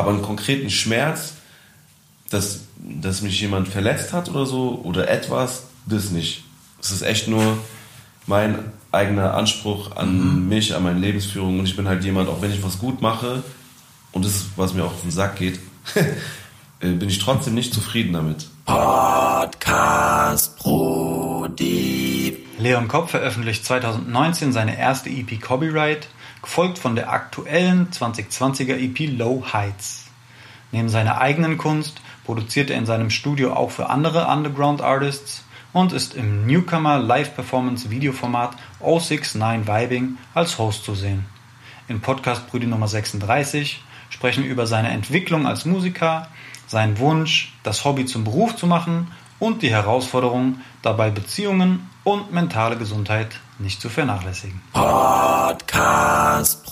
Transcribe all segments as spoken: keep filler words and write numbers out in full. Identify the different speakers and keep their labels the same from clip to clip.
Speaker 1: Aber einen konkreten Schmerz, dass, dass mich jemand verletzt hat oder so, oder etwas, das nicht. Es ist echt nur mein eigener Anspruch an mhm. mich, an meine Lebensführung. Und ich bin halt jemand, auch wenn ich was gut mache, und das ist, was mir auch auf den Sack geht, bin ich trotzdem nicht zufrieden damit.
Speaker 2: Podcast Brudi.
Speaker 3: Leon Kopp veröffentlicht zwanzig neunzehn seine erste E P Copyright, gefolgt von der aktuellen zwanzig zwanziger E P Low Heights. Neben seiner eigenen Kunst produziert er in seinem Studio auch für andere Underground-Artists und ist im Newcomer Live-Performance-Videoformat null sechs neun Vibing als Host zu sehen. In Podcast Brudi Nummer sechsunddreißig sprechen wir über seine Entwicklung als Musiker, seinen Wunsch, das Hobby zum Beruf zu machen und die Herausforderung, dabei Beziehungen und mentale Gesundheit nicht zu vernachlässigen.
Speaker 2: Podcast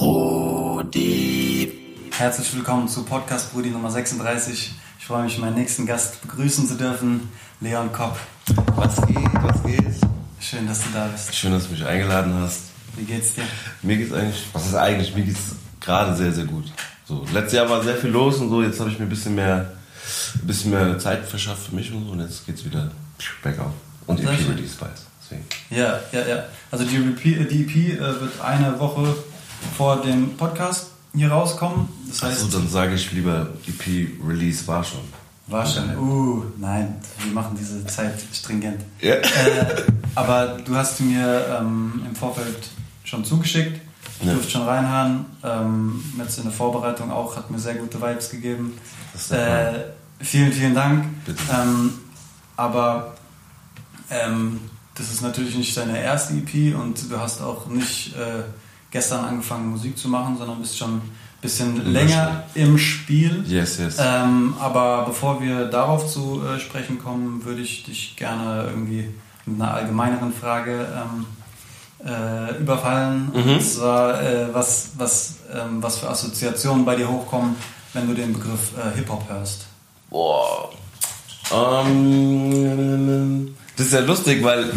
Speaker 2: Brudi.
Speaker 3: Herzlich willkommen zu Podcast Brudi Nummer sechsunddreißig. Ich freue mich, meinen nächsten Gast begrüßen zu dürfen, Leon Kopp.
Speaker 1: Was geht, was geht?
Speaker 3: Schön, dass du da bist.
Speaker 1: Schön, dass du mich eingeladen hast.
Speaker 3: Wie geht's dir?
Speaker 1: Mir geht's eigentlich, was ist eigentlich, mir geht's gerade sehr, sehr gut. So, letztes Jahr war sehr viel los und so, jetzt habe ich mir ein bisschen mehr, ein bisschen mehr Zeit verschafft für mich und so und jetzt geht's wieder bergauf. Und die E P-Release bald. Deswegen.
Speaker 3: Ja, ja, ja. Also die, die E P äh, wird eine Woche vor dem Podcast hier rauskommen. Das heißt,
Speaker 1: achso, dann sage ich lieber E P-Release war schon.
Speaker 3: War schon. Uh, nein, wir machen diese Zeit stringent.
Speaker 1: Ja.
Speaker 3: Äh, aber du hast sie mir ähm, im Vorfeld schon zugeschickt. Ich ja. durfte schon reinhören. Ähm, jetzt in der Vorbereitung auch, hat mir sehr gute Vibes gegeben. Äh, vielen, vielen Dank.
Speaker 1: Bitte.
Speaker 3: Ähm, aber ähm, das ist natürlich nicht deine erste E P und du hast auch nicht äh, gestern angefangen Musik zu machen, sondern bist schon ein bisschen
Speaker 1: Im
Speaker 3: länger
Speaker 1: Spiel.
Speaker 3: im Spiel.
Speaker 1: Yes, yes.
Speaker 3: Ähm, aber bevor wir darauf zu äh, sprechen kommen, würde ich dich gerne irgendwie mit einer allgemeineren Frage ähm, äh, überfallen.
Speaker 1: Mhm.
Speaker 3: Und zwar, äh, was, was, ähm, was für Assoziationen bei dir hochkommen, wenn du den Begriff äh, Hip-Hop hörst.
Speaker 1: Boah. Ähm, das ist ja lustig, weil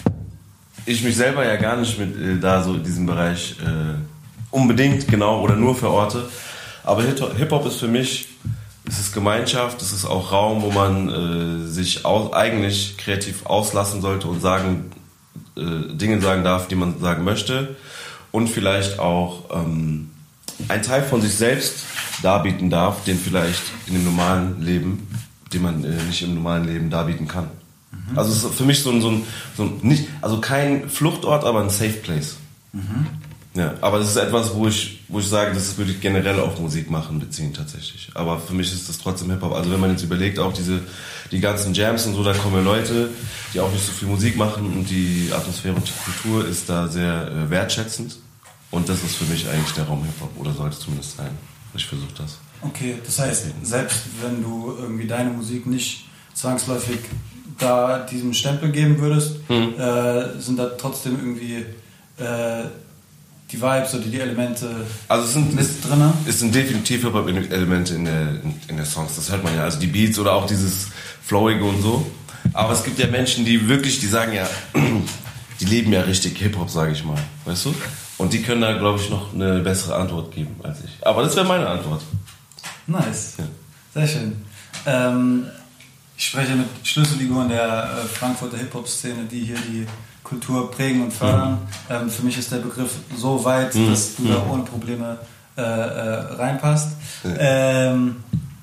Speaker 1: ich mich selber ja gar nicht mit äh, da so in diesem Bereich äh, unbedingt genau oder nur verorte. Aber Hip-Hop ist für mich, es ist Gemeinschaft, es ist auch Raum, wo man äh, sich aus, eigentlich kreativ auslassen sollte und sagen, äh, Dinge sagen darf, die man sagen möchte. Und vielleicht auch ähm, einen Teil von sich selbst darbieten darf, den vielleicht in dem normalen Leben, den man äh, nicht im normalen Leben darbieten kann. Mhm. Also es ist für mich so ein, so ein, so ein nicht, also kein Fluchtort, aber ein Safe Place. Mhm. Ja, aber das ist etwas, wo ich, wo ich sage, das würde ich generell auf Musik machen beziehen tatsächlich. Aber für mich ist das trotzdem Hip-Hop. Also wenn man jetzt überlegt, auch diese, die ganzen Jams und so, da kommen ja Leute, die auch nicht so viel Musik machen und die Atmosphäre und die Kultur ist da sehr äh, wertschätzend. Und das ist für mich eigentlich der Raum Hip-Hop oder sollte es zumindest sein. Ich versuche das.
Speaker 3: Okay, das heißt, selbst wenn du irgendwie deine Musik nicht zwangsläufig da diesen Stempel geben würdest, hm. äh, sind da trotzdem irgendwie äh, die Vibes oder die Elemente
Speaker 1: also es sind,
Speaker 3: mit drin?
Speaker 1: Es sind definitiv Hip-Hop-Elemente in der, in, in der Songs, das hört man ja. Also die Beats oder auch dieses Flowige und so. Aber es gibt ja Menschen, die wirklich, die sagen ja, die leben ja richtig Hip-Hop, sage ich mal. Weißt du? Und die können da, glaube ich, noch eine bessere Antwort geben als ich. Aber das wäre meine Antwort.
Speaker 3: Nice.
Speaker 1: Ja.
Speaker 3: Sehr schön. Ähm, ich spreche mit Schlüsselfiguren der äh, Frankfurter Hip-Hop-Szene, die hier die Kultur prägen und fördern. Mhm. Ähm, für mich ist der Begriff so weit, mhm. dass du mhm. da ohne Probleme äh, äh, reinpasst. Ja. Ähm,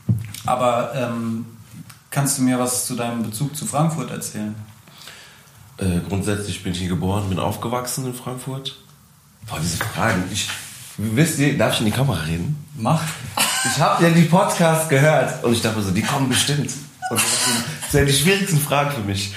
Speaker 3: aber ähm, kannst du mir was zu deinem Bezug zu Frankfurt erzählen?
Speaker 1: Äh, grundsätzlich bin ich hier geboren, bin aufgewachsen in Frankfurt. Boah, diese Fragen. Ich, wisst ihr, darf ich in die Kamera reden?
Speaker 3: Mach.
Speaker 1: Ich habe ja die Podcasts gehört und ich dachte so, die kommen bestimmt. Und das sind ja die schwierigsten Fragen für mich.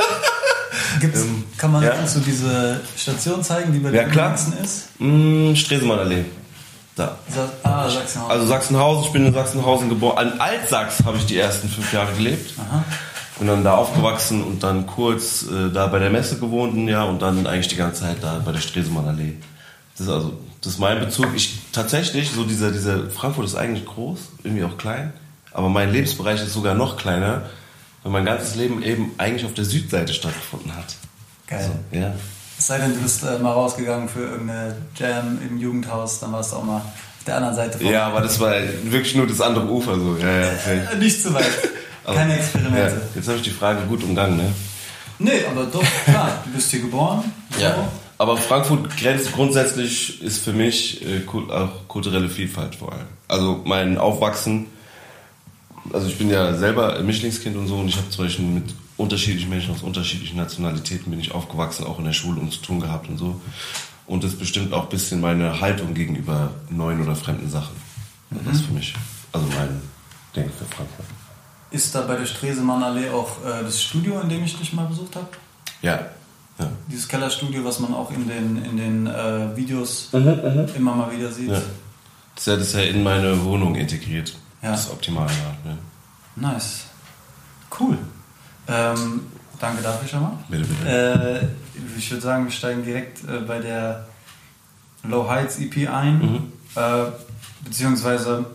Speaker 3: Gibt's,
Speaker 1: ähm,
Speaker 3: kann man
Speaker 1: ja.
Speaker 3: so diese Station zeigen, die bei
Speaker 1: ja,
Speaker 3: den
Speaker 1: Grenzen
Speaker 3: ist?
Speaker 1: Mm, Stresemannallee. Da.
Speaker 3: Sa- ah, Sachsenhausen.
Speaker 1: Also Sachsenhausen, ich bin in Sachsenhausen geboren. An Altsachs habe ich die ersten fünf Jahre gelebt.
Speaker 3: Aha.
Speaker 1: Bin dann da aufgewachsen und dann kurz äh, da bei der Messe gewohnt, ja, und dann eigentlich die ganze Zeit da bei der Stresemannallee. Das ist also, das ist mein Bezug. Ich tatsächlich, so dieser, dieser Frankfurt ist eigentlich groß, irgendwie auch klein, aber mein Lebensbereich ist sogar noch kleiner, weil mein ganzes Leben eben eigentlich auf der Südseite stattgefunden hat.
Speaker 3: Geil.
Speaker 1: So, ja.
Speaker 3: Es sei denn, du bist äh, mal rausgegangen für irgendeine Jam im Jugendhaus, dann warst du auch mal der anderen Seite
Speaker 1: von. Ja, aber das war wirklich nur das andere Ufer so. Ja, ja, okay.
Speaker 3: äh, nicht zu weit. Keine Experimente.
Speaker 1: Ja, jetzt habe ich die Frage gut umgangen, ne?
Speaker 3: Nee, aber doch, klar, du bist hier geboren.
Speaker 1: Ja. So. Aber Frankfurt grenzt grundsätzlich ist für mich äh, auch kulturelle Vielfalt vor allem. Also mein Aufwachsen, also ich bin ja selber Mischlingskind und so und ich habe zum Beispiel mit unterschiedlichen Menschen aus unterschiedlichen Nationalitäten bin ich aufgewachsen, auch in der Schule und zu tun gehabt und so. Und das bestimmt auch ein bisschen meine Haltung gegenüber neuen oder fremden Sachen. Mhm. Das ist für mich, also mein Ding für Frankfurt.
Speaker 3: Ist da bei der Stresemannallee auch äh, das Studio, in dem ich dich mal besucht habe?
Speaker 1: Ja. ja.
Speaker 3: Dieses Kellerstudio, was man auch in den, in den äh, Videos mhm, mhm. immer mal wieder sieht.
Speaker 1: Ja. Das, ist ja, das ist ja in meine Wohnung integriert.
Speaker 3: Ja.
Speaker 1: Das ist optimal. Ja.
Speaker 3: Nice. Cool. Ähm, danke dafür schon mal.
Speaker 1: Bitte, bitte.
Speaker 3: Äh, ich würde sagen, wir steigen direkt äh, bei der Low Heights E P ein. Mhm. Äh, beziehungsweise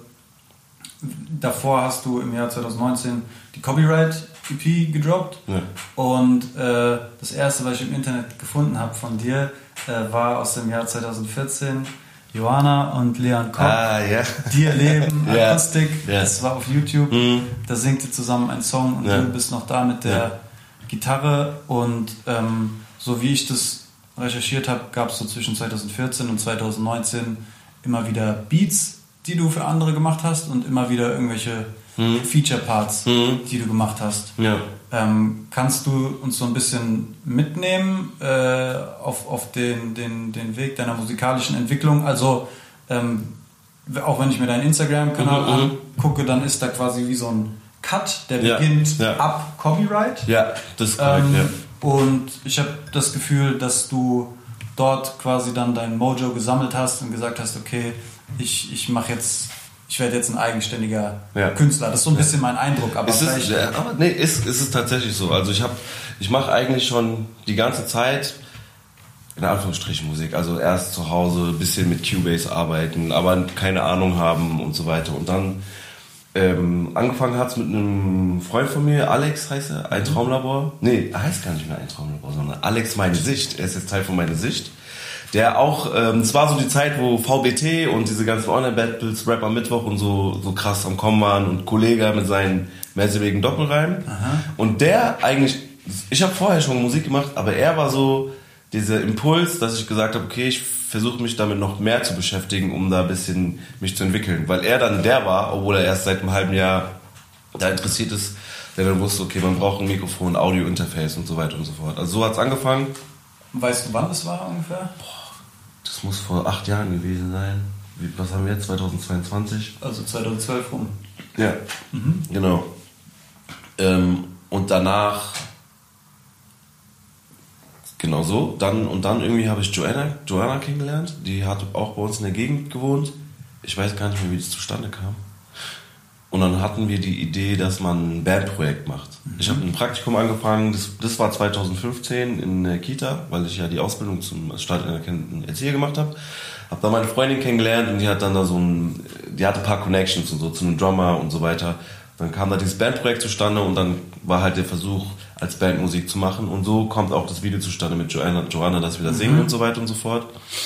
Speaker 3: davor hast du im Jahr zwanzig neunzehn die Copyright E P gedroppt.
Speaker 1: Ja.
Speaker 3: Und äh, das erste, was ich im Internet gefunden habe von dir, äh, war aus dem Jahr zwanzig vierzehn. Johanna und Leon Koch,
Speaker 1: ah, ja.
Speaker 3: Dir Leben,
Speaker 1: ja.
Speaker 3: Akustik,
Speaker 1: ja.
Speaker 3: das war auf YouTube. Mhm. Da singt ihr zusammen einen Song und
Speaker 1: ja.
Speaker 3: du bist noch da mit der ja. Gitarre. Und ähm, so wie ich das recherchiert habe, gab es so zwischen zwanzig vierzehn und zwanzig neunzehn immer wieder Beats, die du für andere gemacht hast und immer wieder irgendwelche mhm. Feature-Parts, mhm. die du gemacht hast.
Speaker 1: Ja.
Speaker 3: Ähm, kannst du uns so ein bisschen mitnehmen äh, auf, auf den, den, den Weg deiner musikalischen Entwicklung? Also ähm, auch wenn ich mir deinen Instagram-Kanal mhm, angucke, dann ist da quasi wie so ein Cut, der
Speaker 1: ja.
Speaker 3: beginnt
Speaker 1: ja.
Speaker 3: ab Copyright.
Speaker 1: Ja, das ist korrekt,
Speaker 3: ähm,
Speaker 1: ja.
Speaker 3: Und ich habe das Gefühl, dass du dort quasi dann dein Mojo gesammelt hast und gesagt hast, okay, ich, ich mache jetzt, ich werde jetzt ein eigenständiger ja. Künstler. Das ist so ein bisschen mein Eindruck. Aber
Speaker 1: ist es, ja, aber nee, ist, ist es tatsächlich so. Also ich habe, ich mache eigentlich schon die ganze Zeit in Anführungsstrichen Musik. Also erst zu Hause ein bisschen mit Cubase arbeiten, aber keine Ahnung haben und so weiter. Und dann ähm, angefangen hat es mit einem Freund von mir, Alex heißt er, ein Traumlabor. Nee, er heißt gar nicht mehr ein Traumlabor, sondern Alex Meine Sicht. Er ist jetzt Teil von Meine Sicht. Der auch, ähm, es war so die Zeit, wo V B T und diese ganzen Online-Battles, Rap am Mittwoch und so, so krass am Kommen waren und Kollega mit seinen merkwürdigen Doppelreimen. Aha. Und der eigentlich, ich habe vorher schon Musik gemacht, aber er war so dieser Impuls, dass ich gesagt habe, okay, ich versuche mich damit noch mehr zu beschäftigen, um da ein bisschen mich zu entwickeln. Weil er dann der war, obwohl er erst seit einem halben Jahr da interessiert ist, der dann wusste, okay, man braucht ein Mikrofon, Audio-Interface und so weiter und so fort. Also so hat's angefangen.
Speaker 3: Weißt du, wann das war ungefähr?
Speaker 1: Boah, das muss vor acht Jahren gewesen sein. Was haben wir jetzt? zweitausendzweiundzwanzig?
Speaker 3: Also zweitausendzwölf rum.
Speaker 1: Ja, mhm. genau. Ähm, und danach genau so. Dann, und dann irgendwie habe ich Joanna, Joanna kennengelernt. Die hat auch bei uns in der Gegend gewohnt. Ich weiß gar nicht mehr, wie das zustande kam. Und dann hatten wir die Idee, dass man ein Bandprojekt macht. Mhm. Ich habe ein Praktikum angefangen, das, das war zweitausendfünfzehn in der Kita, weil ich ja die Ausbildung zum staatsanerkannten Erzieher gemacht habe. Habe da meine Freundin kennengelernt und die hat dann da so ein, die hatte ein paar Connections und so zu einem Drummer und so weiter. Dann kam da dieses Bandprojekt zustande und dann war halt der Versuch, als Band Musik zu machen. Und so kommt auch das Video zustande mit Joanna, Joanna dass wir da singen mhm. und so weiter und so fort.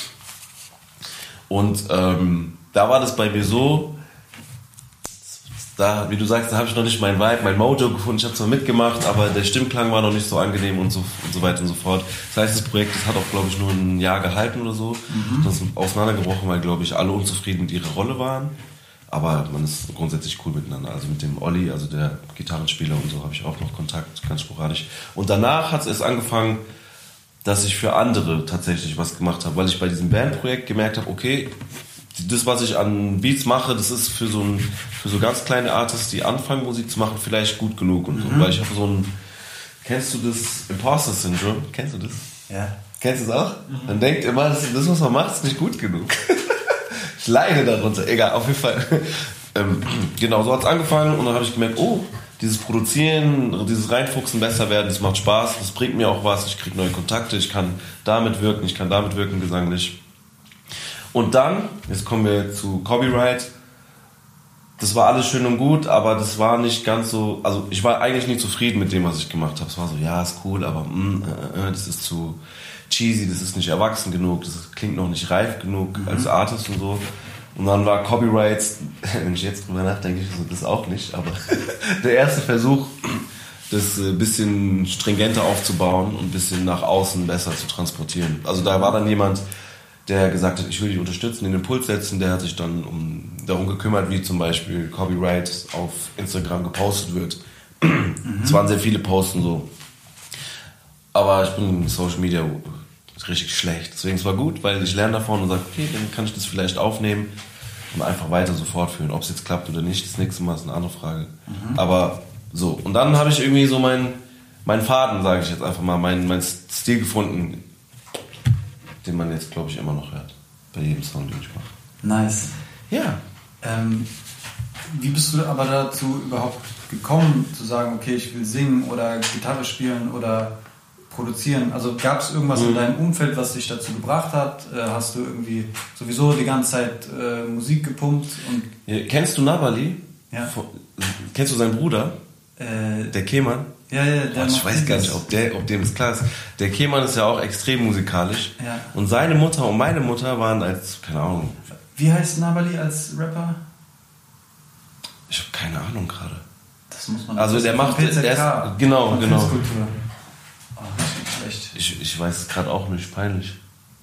Speaker 1: Und ähm, da war das bei mir so, da, wie du sagst, da habe ich noch nicht meinen Vibe, mein Mojo gefunden. Ich habe zwar mitgemacht, aber der Stimmklang war noch nicht so angenehm und so, und so weiter und so fort. Das heißt, das Projekt das hat auch, glaube ich, nur ein Jahr gehalten oder so. Mhm. Das ist auseinandergebrochen, weil, glaube ich, alle unzufrieden mit ihrer Rolle waren. Aber man ist grundsätzlich cool miteinander. Also mit dem Olli, also der Gitarrenspieler und so, habe ich auch noch Kontakt, ganz sporadisch. Und danach hat es erst angefangen, dass ich für andere tatsächlich was gemacht habe, weil ich bei diesem Bandprojekt gemerkt habe, okay, das, was ich an Beats mache, das ist für so, ein, für so ganz kleine Artists, die anfangen, Musik zu machen, vielleicht gut genug. Und so. Mhm. Weil ich habe so ein, kennst du das Imposter Syndrome? Kennst du das?
Speaker 3: Ja.
Speaker 1: Kennst du das auch? Mhm. Man denkt immer, das, das, was man macht, ist nicht gut genug. Ich leide darunter. Egal, auf jeden Fall. Ähm, genau, so hat es angefangen und dann habe ich gemerkt, oh, dieses Produzieren, dieses Reinfuchsen, besser werden, das macht Spaß, das bringt mir auch was, ich kriege neue Kontakte, ich kann damit wirken, ich kann damit wirken, gesanglich. Und dann, jetzt kommen wir zu Copyright, das war alles schön und gut, aber das war nicht ganz so, also ich war eigentlich nicht zufrieden mit dem, was ich gemacht habe. Es war so, ja, ist cool, aber mm, äh, das ist zu cheesy, das ist nicht erwachsen genug, das klingt noch nicht reif genug mhm. als Artist und so. Und dann war Copyrights, wenn ich jetzt drüber nachdenke, ich so, das auch nicht, aber der erste Versuch, das ein bisschen stringenter aufzubauen und ein bisschen nach außen besser zu transportieren. Also da war dann jemand, der gesagt hat, ich will dich unterstützen, den Impuls setzen, der hat sich dann um, darum gekümmert, wie zum Beispiel Copyright auf Instagram gepostet wird. Mhm. Es waren sehr viele Posten so. Aber ich bin in Social Media richtig schlecht. Deswegen es war gut, weil ich lerne davon und sage, okay, dann kann ich das vielleicht aufnehmen und einfach weiter so fortführen. Ob es jetzt klappt oder nicht, das nächste Mal ist eine andere Frage. Mhm. Aber so, und dann habe ich irgendwie so meinen mein Faden, sage ich jetzt einfach mal, meinen mein Stil gefunden, den man jetzt, glaube ich, immer noch hört. Bei jedem Song, den ich mache.
Speaker 3: Nice.
Speaker 1: Ja.
Speaker 3: Ähm, wie bist du aber dazu überhaupt gekommen, zu sagen, okay, ich will singen oder Gitarre spielen oder produzieren? Also gab es irgendwas mhm. in deinem Umfeld, was dich dazu gebracht hat? Äh, hast du irgendwie sowieso die ganze Zeit äh, Musik gepumpt? Und
Speaker 1: ja, kennst du Nabali?
Speaker 3: Ja.
Speaker 1: Kennst du seinen Bruder?
Speaker 3: Äh,
Speaker 1: der Keman?
Speaker 3: Ja, ja, der
Speaker 1: oh, ich weiß gar nicht, ob, der, ob dem das klar ist. Der Keman ist ja auch extrem musikalisch.
Speaker 3: Ja.
Speaker 1: Und seine Mutter und meine Mutter waren als, keine Ahnung.
Speaker 3: Wie heißt Nabali als Rapper?
Speaker 1: Ich habe keine Ahnung gerade.
Speaker 3: Das muss man.
Speaker 1: Also der macht erst, genau, genau.
Speaker 3: Oh, richtig schlecht.
Speaker 1: Ich, ich weiß es gerade auch nicht, peinlich.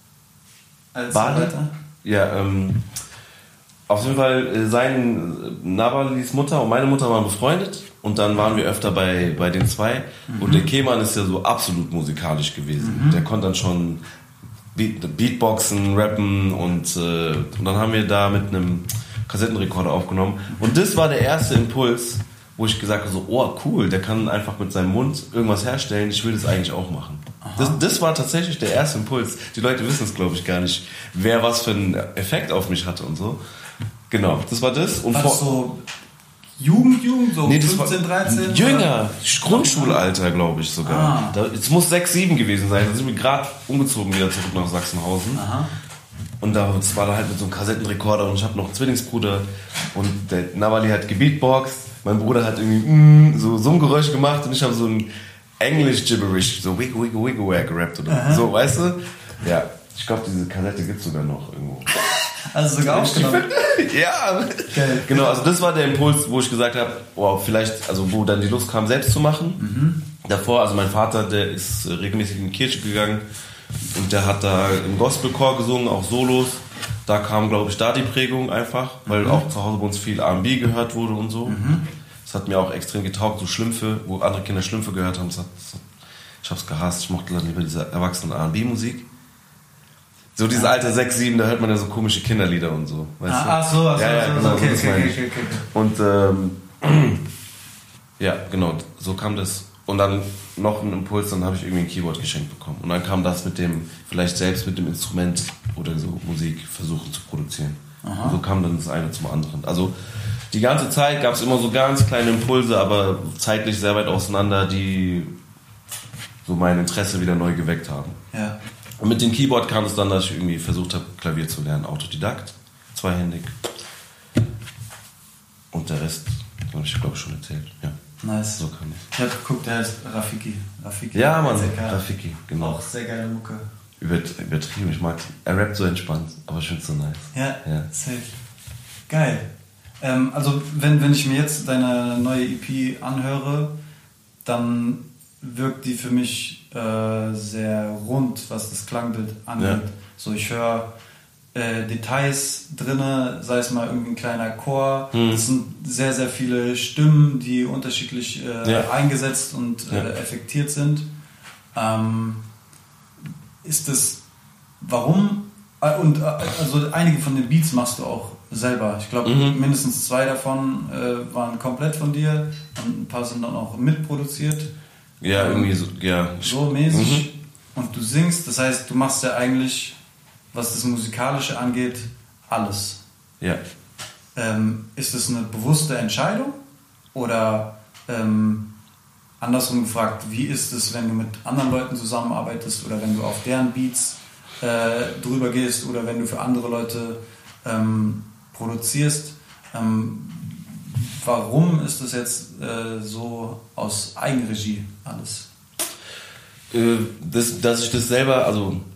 Speaker 3: Als
Speaker 1: Bali?
Speaker 3: Weiter?
Speaker 1: Ja, ähm, auf jeden Fall, äh, sein Nabalis Mutter und meine Mutter waren befreundet und dann waren wir öfter bei, bei den zwei mhm. und der Keman ist ja so absolut musikalisch gewesen. Mhm. Der konnte dann schon Beat, Beatboxen, rappen und, äh, und dann haben wir da mit einem Kassettenrekorder aufgenommen und das war der erste Impuls, wo ich gesagt habe, so, oh cool, der kann einfach mit seinem Mund irgendwas herstellen, ich will das eigentlich auch machen. Das, das war tatsächlich der erste Impuls. Die Leute wissen es, glaube ich, gar nicht, wer was für einen Effekt auf mich hatte und so. Genau, das war das. Und
Speaker 3: war
Speaker 1: vor
Speaker 3: das so Jugend, Jugend, so
Speaker 1: nee,
Speaker 3: fünfzehn, dreizehn?
Speaker 1: Jünger, Grundschulalter, glaube ich sogar.
Speaker 3: Ah.
Speaker 1: Es muss sechs, sieben gewesen sein. Da sind wir gerade umgezogen wieder zurück nach Sachsenhausen.
Speaker 3: Aha.
Speaker 1: Und da, das war da halt mit so einem Kassettenrekorder und ich habe noch einen Zwillingsbruder und der Nabali hat gebeatboxt. Mein Bruder hat irgendwie mm, so, so ein Geräusch gemacht und ich habe so ein Englisch-Gibberish, so wiggle, wiggle, wiggle, wiggle gerappt oder
Speaker 3: Aha.
Speaker 1: so, weißt du? Ja, ich glaube, diese Kassette gibt es sogar noch irgendwo.
Speaker 3: Also sogar aufgenommen?
Speaker 1: Ja,
Speaker 3: Geil.
Speaker 1: Genau, also das war der Impuls, wo ich gesagt habe, wow, vielleicht, also wo dann die Lust kam, selbst zu machen. Mhm. Davor, also mein Vater, der ist regelmäßig in die Kirche gegangen und der hat da im Gospelchor gesungen, auch Solos. Da kam, glaube ich, da die Prägung einfach, weil mhm. auch zu Hause bei uns viel R and B gehört wurde und so. Mhm. Das hat mir auch extrem getaugt, so Schlümpfe, wo andere Kinder Schlümpfe gehört haben. Das hat, das hat, ich hab's gehasst, ich mochte dann lieber diese erwachsenen R and B-Musik. So dieses Alter sechs, sieben, da hört man ja so komische Kinderlieder und so. Weißt
Speaker 3: ah,
Speaker 1: du?
Speaker 3: Ach so, ach so,
Speaker 1: ja, ja, genau,
Speaker 3: okay,
Speaker 1: so das
Speaker 3: okay,
Speaker 1: meine
Speaker 3: okay,
Speaker 1: ich.
Speaker 3: okay, okay.
Speaker 1: Und ähm, ja, genau, so kam das. Und dann noch ein Impuls, dann habe ich irgendwie ein Keyboard geschenkt bekommen. Und dann kam das mit dem, vielleicht selbst mit dem Instrument oder so Musik versuchen zu produzieren. Aha. Und so kam dann das eine zum anderen. Also die ganze Zeit gab es immer so ganz kleine Impulse, aber zeitlich sehr weit auseinander, die so mein Interesse wieder neu geweckt haben.
Speaker 3: Ja.
Speaker 1: Und mit dem Keyboard kam es dann, dass ich irgendwie versucht habe, Klavier zu lernen. Autodidakt, zweihändig. Und der Rest habe ich, glaube ich, schon erzählt. Ja.
Speaker 3: Nice.
Speaker 1: So kann ich.
Speaker 3: Ich habe geguckt, der heißt Rafiki. Rafiki.
Speaker 1: Ja, Mann, Rafiki, genau.
Speaker 3: Auch sehr geile Mucke.
Speaker 1: Übertrieben, ich mag, er rappt so entspannt, aber ich finde es so nice.
Speaker 3: Ja, ja. Safe. Geil. Ähm, also, wenn, wenn ich mir jetzt deine neue E P anhöre, dann wirkt die für mich äh, sehr rund, was das Klangbild angeht. Ja. So, ich höre äh, Details drinne, sei es mal irgendwie ein kleiner Chor. Hm. Das sind sehr, sehr viele Stimmen, die unterschiedlich äh, ja. eingesetzt und äh, ja. effektiert sind. Ähm, ist das, warum? Und also einige von den Beats machst du auch selber. Ich glaube, mhm. mindestens zwei davon äh, waren komplett von dir und ein paar sind dann auch mitproduziert.
Speaker 1: Ja, ähm, irgendwie so, ja.
Speaker 3: So mäßig. Mhm. Und du singst, das heißt, du machst ja eigentlich, was das Musikalische angeht, alles.
Speaker 1: Ja.
Speaker 3: Ähm, ist das eine bewusste Entscheidung? Oder ähm, andersrum gefragt, wie ist es, wenn du mit anderen Leuten zusammenarbeitest oder wenn du auf deren Beats äh, drüber gehst oder wenn du für andere Leute ähm, produzierst? Ähm, warum ist das jetzt äh, so aus Eigenregie alles?
Speaker 1: Äh, das, dass ich das selber, also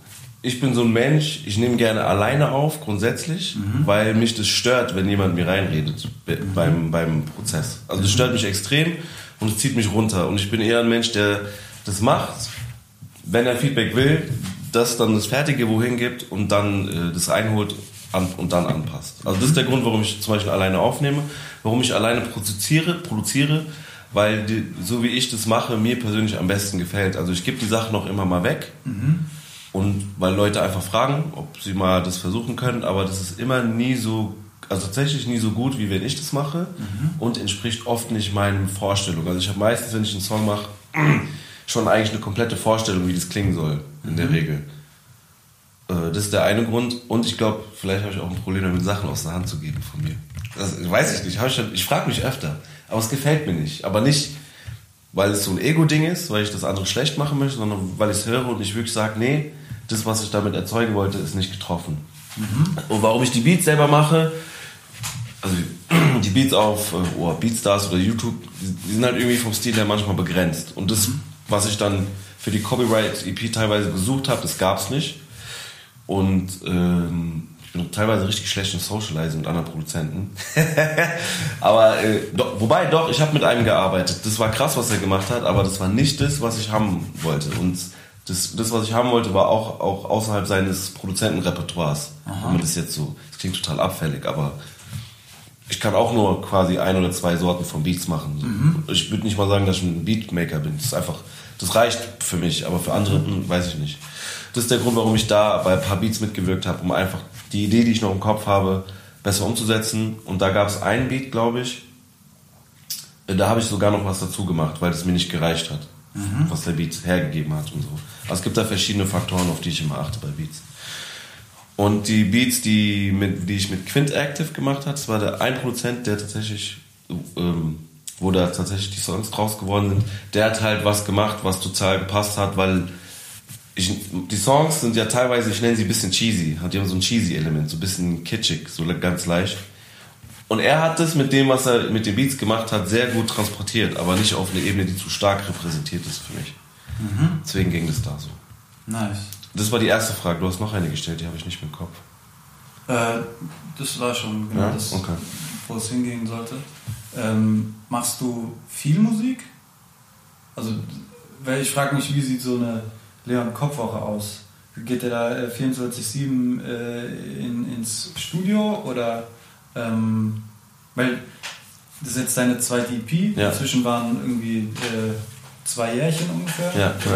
Speaker 1: ich bin so ein Mensch, ich nehme gerne alleine auf, grundsätzlich, mhm. weil mich das stört, wenn jemand mir reinredet be- mhm. beim, beim Prozess. Also das stört mich extrem und es zieht mich runter. Und ich bin eher ein Mensch, der das macht, wenn er Feedback will, das dann das Fertige wohin gibt und dann äh, das einholt an, und dann anpasst. Also das ist der Grund, warum ich zum Beispiel alleine aufnehme, warum ich alleine produziere, produziere weil die, so wie ich das mache, mir persönlich am besten gefällt. Also ich gebe die Sachen noch immer mal weg mhm. und weil Leute einfach fragen, ob sie mal das versuchen können, aber das ist immer nie so, also tatsächlich nie so gut, wie wenn ich das mache mhm. und entspricht oft nicht meinen Vorstellungen. Also ich habe meistens, wenn ich einen Song mache, schon eigentlich eine komplette Vorstellung, wie das klingen soll, in mhm. der Regel. Das ist der eine Grund und ich glaube, vielleicht habe ich auch ein Problem damit, Sachen aus der Hand zu geben von mir. Das weiß ich nicht, ich, ich frage mich öfter. Aber es gefällt mir nicht. Aber nicht, weil es so ein Ego-Ding ist, weil ich das andere schlecht machen möchte, sondern weil ich es höre und ich wirklich sage, nee, das, was ich damit erzeugen wollte, ist nicht getroffen. Mhm. Und warum ich die Beats selber mache, also die Beats auf oh, Beatstars oder YouTube, die sind halt irgendwie vom Stil her manchmal begrenzt. Und das, was ich dann für die Copyright-E P teilweise gesucht habe, das gab es nicht. Und ähm, ich bin teilweise richtig schlecht im Socializing mit anderen Produzenten. aber äh, do, wobei doch, ich habe mit einem gearbeitet. Das war krass, was er gemacht hat, aber das war nicht das, was ich haben wollte. Und das, das was ich haben wollte, war auch, auch außerhalb seines Produzentenrepertoires. Wenn man das jetzt so, das klingt total abfällig, aber ich kann auch nur quasi ein oder zwei Sorten von Beats machen. Mhm. Ich würde nicht mal sagen, dass ich ein Beatmaker bin. Das ist einfach, das reicht für mich, aber für andere mhm. weiß ich nicht. Das ist der Grund, warum ich da bei ein paar Beats mitgewirkt habe, um einfach die Idee, die ich noch im Kopf habe, besser umzusetzen. Und da gab es einen Beat, glaube ich, da habe ich sogar noch was dazu gemacht, weil es mir nicht gereicht hat, mhm. was der Beat hergegeben hat und so. Also es gibt da verschiedene Faktoren, auf die ich immer achte bei Beats. Und die Beats, die, mit, die ich mit Quint Active gemacht habe, das war der ein Produzent, der tatsächlich, ähm, wo da tatsächlich die Songs draus geworden sind, der hat halt was gemacht, was total gepasst hat, weil Ich, die Songs sind ja teilweise, ich nenne sie ein bisschen cheesy, die haben so ein cheesy Element, so ein bisschen kitschig, so ganz leicht. Und er hat das mit dem, was er mit den Beats gemacht hat, sehr gut transportiert, aber nicht auf eine Ebene, die zu stark repräsentiert ist für mich. Mhm. Deswegen ging das da so.
Speaker 3: Nice.
Speaker 1: Das war die erste Frage, du hast noch eine gestellt, die habe ich nicht mehr im Kopf.
Speaker 3: Äh, das war schon genau
Speaker 1: ja?
Speaker 3: das,
Speaker 1: okay.
Speaker 3: wo es hingehen sollte. Ähm, machst du viel Musik? Also, weil ich frage mich, wie sieht so eine Leon Kopfwoche aus? Geht der da vierundzwanzig sieben äh, in, ins Studio oder ähm, weil das ist jetzt deine zweite E P, ja. Dazwischen waren irgendwie äh, zwei Jährchen ungefähr.
Speaker 1: Ja, ja.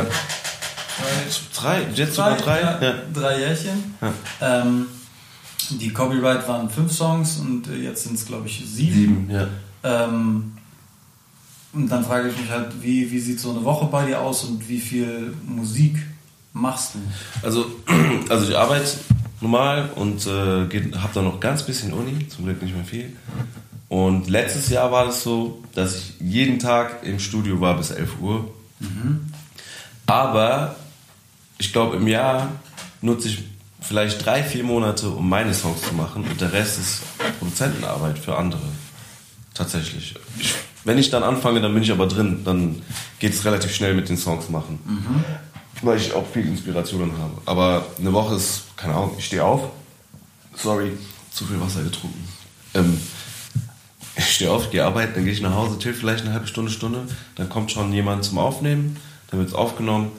Speaker 1: Drei, jetzt sogar drei? Ja,
Speaker 3: ja. Drei Jährchen. Ja. Ähm, die Copyright waren fünf Songs und jetzt sind es glaube ich sieben.
Speaker 1: Sieben, ja.
Speaker 3: Ähm, Und dann frage ich mich halt, wie, wie sieht so eine Woche bei dir aus und wie viel Musik machst du?
Speaker 1: Also, also ich arbeite normal und äh, habe dann noch ganz bisschen Uni, zum Glück nicht mehr viel. Und letztes Jahr war das so, dass ich jeden Tag im Studio war bis elf Uhr. Mhm. Aber ich glaube, im Jahr nutze ich vielleicht drei, vier Monate, um meine Songs zu machen und der Rest ist Produzentenarbeit für andere. Tatsächlich. Ich, wenn ich dann anfange, dann bin ich aber drin. Dann geht es relativ schnell mit den Songs machen. Mhm. Weil ich auch viel Inspirationen habe. Aber eine Woche ist, keine Ahnung, ich stehe auf. Sorry, zu viel Wasser getrunken. Ähm, ich stehe auf, gehe arbeiten, dann gehe ich nach Hause, chill vielleicht eine halbe Stunde, Stunde. Dann kommt schon jemand zum Aufnehmen, dann wird es aufgenommen.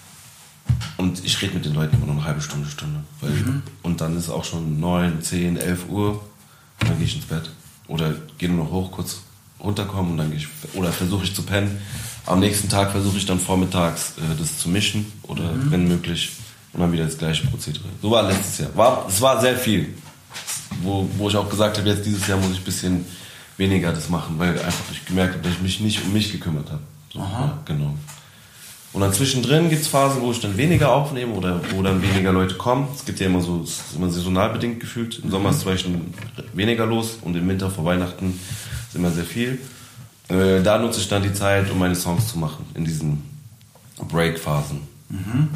Speaker 1: Und ich rede mit den Leuten immer noch eine halbe Stunde, Stunde. Weil mhm. ich, und dann ist es auch schon neun, zehn, elf Uhr. Und dann gehe ich ins Bett. Oder gehe nur noch hoch, kurz runterkommen und dann gehe ich, oder versuche ich zu pennen. Am nächsten Tag versuche ich dann vormittags äh, das zu mischen oder mhm. wenn möglich und dann wieder das gleiche Prozedere. So war letztes Jahr. War, es war sehr viel, wo, wo ich auch gesagt habe, jetzt dieses Jahr muss ich ein bisschen weniger das machen, weil einfach ich gemerkt habe, dass ich mich nicht um mich gekümmert habe. So, ja, genau. Und dann zwischendrin gibt es Phasen, wo ich dann weniger aufnehme oder wo dann weniger Leute kommen. Es gibt ja immer so, es ist immer saisonal bedingt gefühlt. Im Sommer ist zum Beispiel weniger los und im Winter vor Weihnachten ist immer sehr viel. Äh, da nutze ich dann die Zeit, um meine Songs zu machen, in diesen Break-Phasen. Mhm.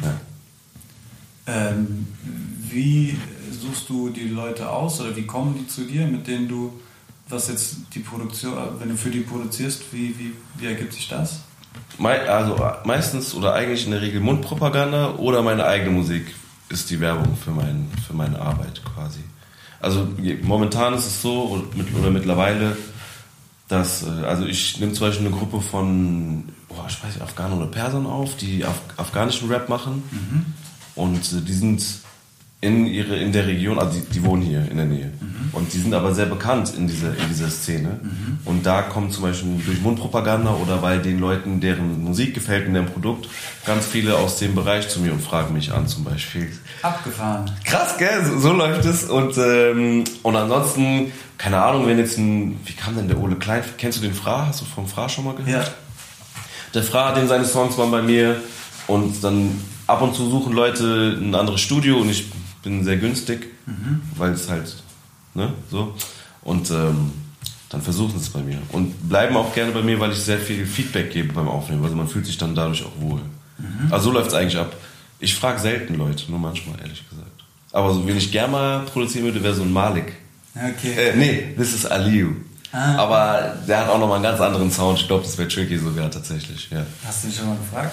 Speaker 3: Ja. Ähm, wie suchst du die Leute aus oder wie kommen die zu dir, mit denen du, was jetzt die Produktion, wenn du für die produzierst, wie, wie, wie ergibt sich das?
Speaker 1: Also meistens oder eigentlich in der Regel Mundpropaganda oder meine eigene Musik. ist die Werbung für, mein, für meine Arbeit quasi. Also momentan ist es so, oder mittlerweile, dass, also ich nehme zum Beispiel eine Gruppe von, boah, ich weiß nicht, Afghanen oder Persern auf, die Af- afghanischen Rap machen. Mhm. Und äh, die sind in, ihre, in der Region, also die, die wohnen hier in der Nähe. Mhm. Und die sind aber sehr bekannt in dieser, in dieser Szene. Mhm. Und da kommen zum Beispiel durch Mundpropaganda oder bei den Leuten, deren Musik gefällt und deren Produkt, ganz viele aus dem Bereich zu mir und fragen mich an zum Beispiel.
Speaker 3: Abgefahren.
Speaker 1: Krass, gell? So, so läuft es. Und, ähm, und ansonsten, keine Ahnung, wenn jetzt ein, wie kam denn der Ole Klein? Kennst du den Fra? Hast du vom Fra schon mal gehört?
Speaker 3: Ja.
Speaker 1: Der Fra, den seine Songs waren bei mir. Und dann ab und zu suchen Leute ein anderes Studio und ich bin sehr günstig, mhm. weil es halt, ne, so. Und ähm, dann versuchen sie es bei mir. Und bleiben auch gerne bei mir, weil ich sehr viel Feedback gebe beim Aufnehmen. Also man fühlt sich dann dadurch auch wohl. Mhm. Also so läuft es eigentlich ab. Ich frage selten Leute, nur manchmal, ehrlich gesagt. Aber so, wen ich gerne mal produzieren würde, wäre so ein Malik.
Speaker 3: Okay.
Speaker 1: Äh, nee, das ist Aliu. Ah. Aber der hat auch nochmal einen ganz anderen Sound. Ich glaube, das wäre tricky sogar tatsächlich. Ja.
Speaker 3: Hast du ihn schon mal gefragt?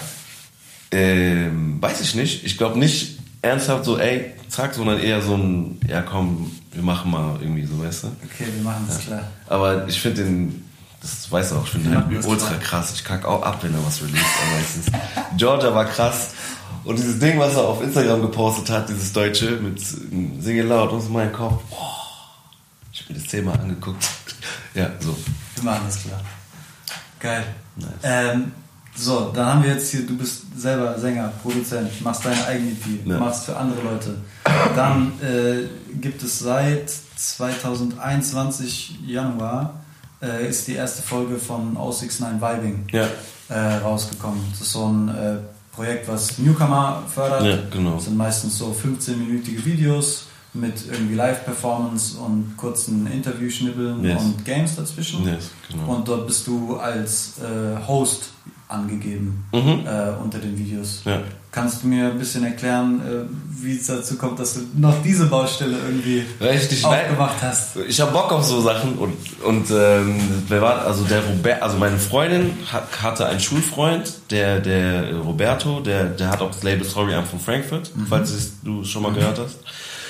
Speaker 1: Ähm, weiß ich nicht. Ich glaube nicht ernsthaft so, ey, zack, sondern eher so ein, ja komm, wir machen mal irgendwie so, weißt du?
Speaker 3: Okay, wir machen das, ja. Klar.
Speaker 1: Aber ich finde den, das weißt du auch, ich finde den ultra klar. krass. Ich kack auch ab, wenn er was released meistens. Georgia war krass. Und dieses Ding, was er auf Instagram gepostet hat, dieses Deutsche, mit Singe laut und so mein Kopf, boah, ich hab mir das zehnmal angeguckt. Ja, so.
Speaker 3: Wir machen das klar. Geil. Nice. Ähm, So, dann haben wir jetzt hier, du bist selber Sänger, Produzent, machst deine eigene E P, ja. machst für andere Leute. Dann äh, gibt es seit zwanzig einundzwanzig Januar äh, ist die erste Folge von oh six nine Vibing
Speaker 1: ja.
Speaker 3: äh, rausgekommen. Das ist so ein äh, Projekt, was Newcomer fördert.
Speaker 1: Ja, genau.
Speaker 3: Das sind meistens so fünfzehnminütige Videos mit irgendwie Live-Performance und kurzen Interview-Schnibbeln yes. und Games dazwischen.
Speaker 1: Yes, genau.
Speaker 3: Und dort bist du als äh, Host angegeben mhm. äh, unter den Videos. Ja. Kannst du mir ein bisschen erklären, äh, wie es dazu kommt, dass du noch diese Baustelle irgendwie
Speaker 1: Richtig,
Speaker 3: aufgemacht hast?
Speaker 1: Ich habe Bock auf so Sachen und, und ähm, wer war, also der Robert, also meine Freundin hat, hatte einen Schulfreund, der, der Roberto, der, der hat auch das Label Sorry I'm from Frankfurt, mhm. falls du es schon mal gehört hast.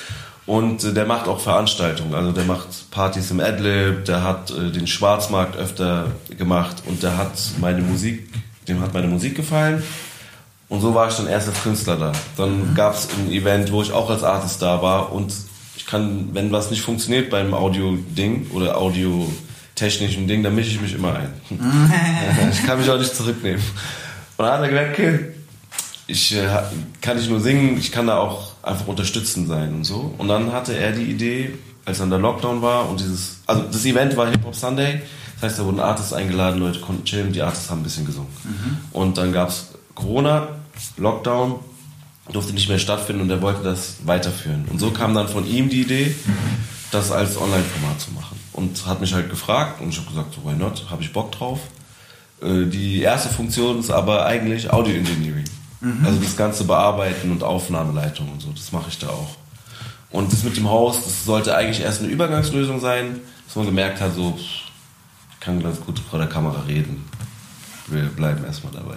Speaker 1: Und äh, der macht auch Veranstaltungen, also der macht Partys im Adlib, der hat äh, den Schwarzmarkt öfter gemacht und der hat meine Musik, dem hat meine Musik gefallen und so war ich dann erst als Künstler da. Dann mhm. gab es ein Event, wo ich auch als Artist da war und ich kann, wenn was nicht funktioniert beim Audio-Ding oder audiotechnischen Ding, dann mische ich mich immer ein. Ich kann mich auch nicht zurücknehmen. Und dann hat er gesagt, okay, ich äh, kann nicht nur singen, ich kann da auch einfach unterstützend sein und so. Und dann hatte er die Idee, als dann der Lockdown war und dieses, also das Event war Hip Hop Sunday, das heißt, da wurden Artists eingeladen, Leute konnten chillen, die Artists haben ein bisschen gesungen. Mhm. Und dann gab es Corona, Lockdown, durfte nicht mehr stattfinden und er wollte das weiterführen. Und so kam dann von ihm die Idee, das als Online-Format zu machen. Und hat mich halt gefragt und ich habe gesagt, so why not, habe ich Bock drauf. Äh, die erste Funktion ist aber eigentlich Audio Engineering. Mhm. Also das ganze Bearbeiten und Aufnahmeleitung und so, das mache ich da auch. Und das mit dem Haus, das sollte eigentlich erst eine Übergangslösung sein, dass man gemerkt hat, so, ich kann ganz gut vor der Kamera reden. Wir bleiben erstmal dabei.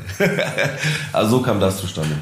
Speaker 1: Also so kam das zustande.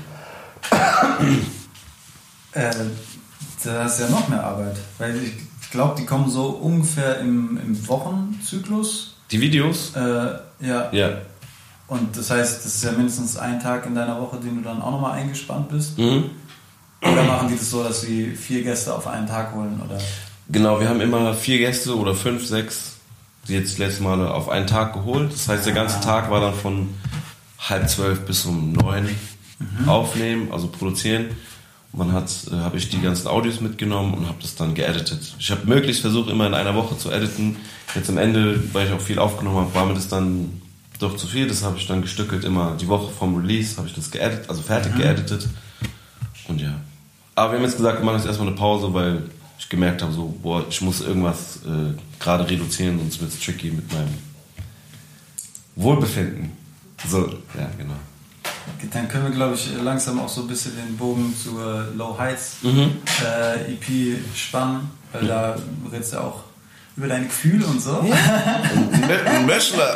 Speaker 3: Äh, das ist ja noch mehr Arbeit, weil ich glaube, die kommen so ungefähr im, im Wochenzyklus.
Speaker 1: Die Videos?
Speaker 3: Äh, ja.
Speaker 1: Ja.
Speaker 3: Und das heißt, das ist ja mindestens ein Tag in deiner Woche, den du dann auch nochmal eingespannt bist. Mhm. Oder machen die das so, dass sie vier Gäste auf einen Tag holen? Oder?
Speaker 1: Genau, wir haben immer vier Gäste oder fünf, sechs, die jetzt letztes Mal auf einen Tag geholt. Das heißt, der ganze ah. Tag war dann von halb zwölf bis um neun mhm. aufnehmen, also produzieren. Und dann äh, habe ich die ganzen Audios mitgenommen und habe das dann geeditet. Ich habe möglichst versucht, immer in einer Woche zu editen. Jetzt am Ende, weil ich auch viel aufgenommen habe, war mir das dann doch zu viel, das habe ich dann gestückelt, immer die Woche vom Release habe ich das geeditet, also fertig mhm. geeditet. Und ja. Aber wir haben jetzt gesagt, wir machen jetzt erstmal eine Pause, weil ich gemerkt habe, so, boah, ich muss irgendwas äh, gerade reduzieren, sonst wird es tricky mit meinem Wohlbefinden. So, ja, genau.
Speaker 3: Okay, dann können wir, glaube ich, langsam auch so ein bisschen den Bogen zur Low Heights
Speaker 1: mhm.
Speaker 3: äh, E P spannen, weil mhm. da redest du ja auch über deine Gefühle und so.
Speaker 1: Ja. Ein Bachelor.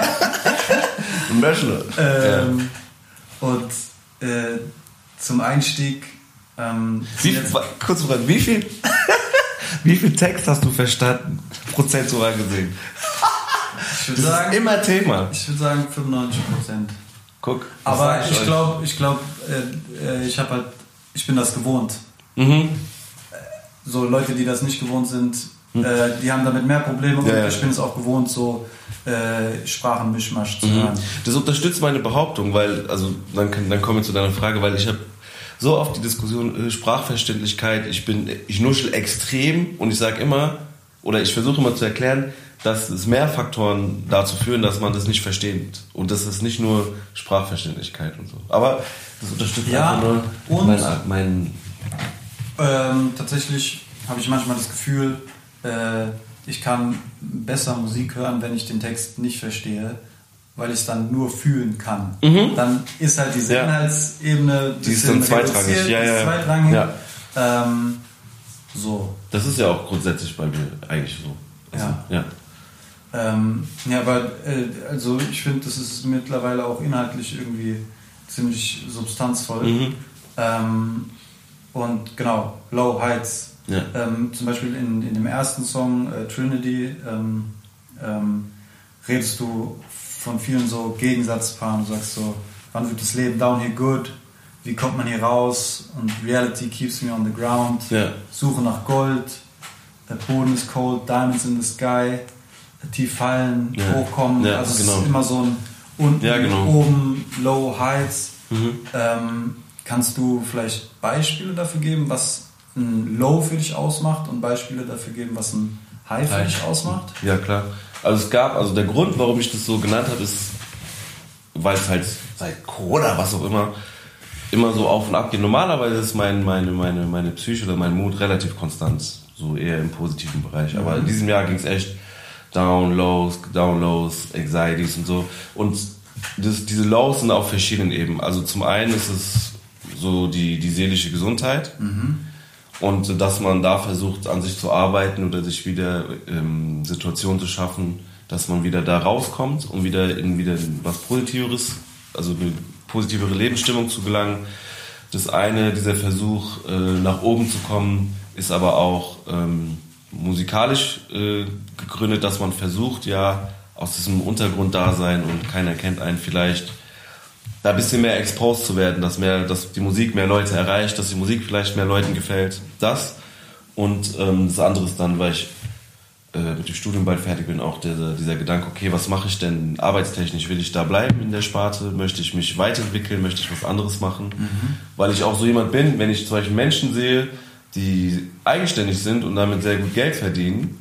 Speaker 1: Ein Bachelor.
Speaker 3: Ähm, ja. Und äh, zum Einstieg
Speaker 4: Ähm,
Speaker 1: Wie, jetzt, kurz Frage, wie viel, wie viel Text hast du verstanden? Prozentual gesehen.
Speaker 4: Ich würde sagen,
Speaker 1: ist immer Thema.
Speaker 4: Ich würde sagen fünfundneunzig Prozent.
Speaker 1: Guck.
Speaker 4: Aber ich glaube, ich glaube, äh, ich habe halt, ich bin das gewohnt.
Speaker 1: Mhm.
Speaker 4: So Leute, die das nicht gewohnt sind, mhm. äh, die haben damit mehr Probleme und ja, ja. ich bin es auch gewohnt, so äh, Sprachenmischmasch zu hören. Mhm.
Speaker 1: Das unterstützt meine Behauptung, weil, also dann, kann, dann kommen wir zu deiner Frage, weil ich habe so oft die Diskussion äh, Sprachverständlichkeit, ich bin, ich nuschel extrem und ich sage immer, oder ich versuche immer zu erklären, dass es mehr Faktoren dazu führen, dass man das nicht versteht. Und das ist nicht nur Sprachverständlichkeit und so. Aber das unterstützt
Speaker 4: ja,
Speaker 1: einfach nur
Speaker 4: und
Speaker 1: mein... mein
Speaker 4: ähm, tatsächlich habe ich manchmal das Gefühl, äh, ich kann besser Musik hören, wenn ich den Text nicht verstehe, weil ich es dann nur fühlen kann. Mhm. Dann ist halt diese ja. Inhaltsebene
Speaker 1: die ist dann zweitrangig. Ja, ja,
Speaker 4: zweitrangig. Ja. Ähm, so.
Speaker 1: Das ist ja auch grundsätzlich bei mir eigentlich so. Also,
Speaker 4: ja.
Speaker 1: ja.
Speaker 4: Ähm, ja, aber äh, also ich finde, das ist mittlerweile auch inhaltlich irgendwie ziemlich substanzvoll. Mhm. Ähm, und genau, Low Heights. Ja. Ähm, zum Beispiel in, in dem ersten Song äh, Trinity ähm, ähm, redest du von vielen so Gegensatzpaaren. Du sagst so, wann wird das Leben down here good? Wie kommt man hier raus? Und Reality keeps me on the ground.
Speaker 1: Ja.
Speaker 4: Suche nach Gold. Der Boden ist cold, Diamonds in the sky. Tief fallen, ja. hochkommen.
Speaker 1: Ja,
Speaker 4: also
Speaker 1: genau.
Speaker 4: es ist immer so ein unten,
Speaker 1: ja, genau.
Speaker 4: oben, Low Heights.
Speaker 1: Mhm.
Speaker 4: Ähm, kannst du vielleicht Beispiele dafür geben, was ein Low für dich ausmacht und Beispiele dafür geben, was ein High für dich ausmacht?
Speaker 1: Ja, klar. Also es gab, also der Grund, warum ich das so genannt habe, ist, weil es halt seit Corona, was auch immer, immer so auf und ab geht. Normalerweise ist mein, meine, meine, meine Psyche oder mein Mut relativ konstant, so eher im positiven Bereich. Aber in diesem Jahr ging es echt Down, Lows, Down, Lows, Anxieties und so. Und das, diese Lows sind auf verschiedenen Ebenen. Also zum einen ist es so die, die seelische Gesundheit. Mhm. Und dass man da versucht, an sich zu arbeiten oder sich wieder ähm, Situationen zu schaffen, dass man wieder da rauskommt, um wieder in wieder was Positiveres, also eine positivere Lebensstimmung zu gelangen. Das eine, dieser Versuch, äh, nach oben zu kommen, ist aber auch ähm, musikalisch äh, gegründet, dass man versucht, ja, aus diesem Untergrunddasein und keiner kennt einen vielleicht, da ein bisschen mehr exposed zu werden, dass, mehr, dass die Musik mehr Leute erreicht, dass die Musik vielleicht mehr Leuten gefällt. Das. Und ähm, das andere ist dann, weil ich äh, mit dem Studium bald fertig bin, auch dieser, dieser Gedanke, okay, was mache ich denn arbeitstechnisch? Will ich da bleiben in der Sparte? Möchte ich mich weiterentwickeln? Möchte ich was anderes machen? Mhm. Weil ich auch so jemand bin, wenn ich zum Beispiel Menschen sehe, die eigenständig sind und damit sehr gut Geld verdienen,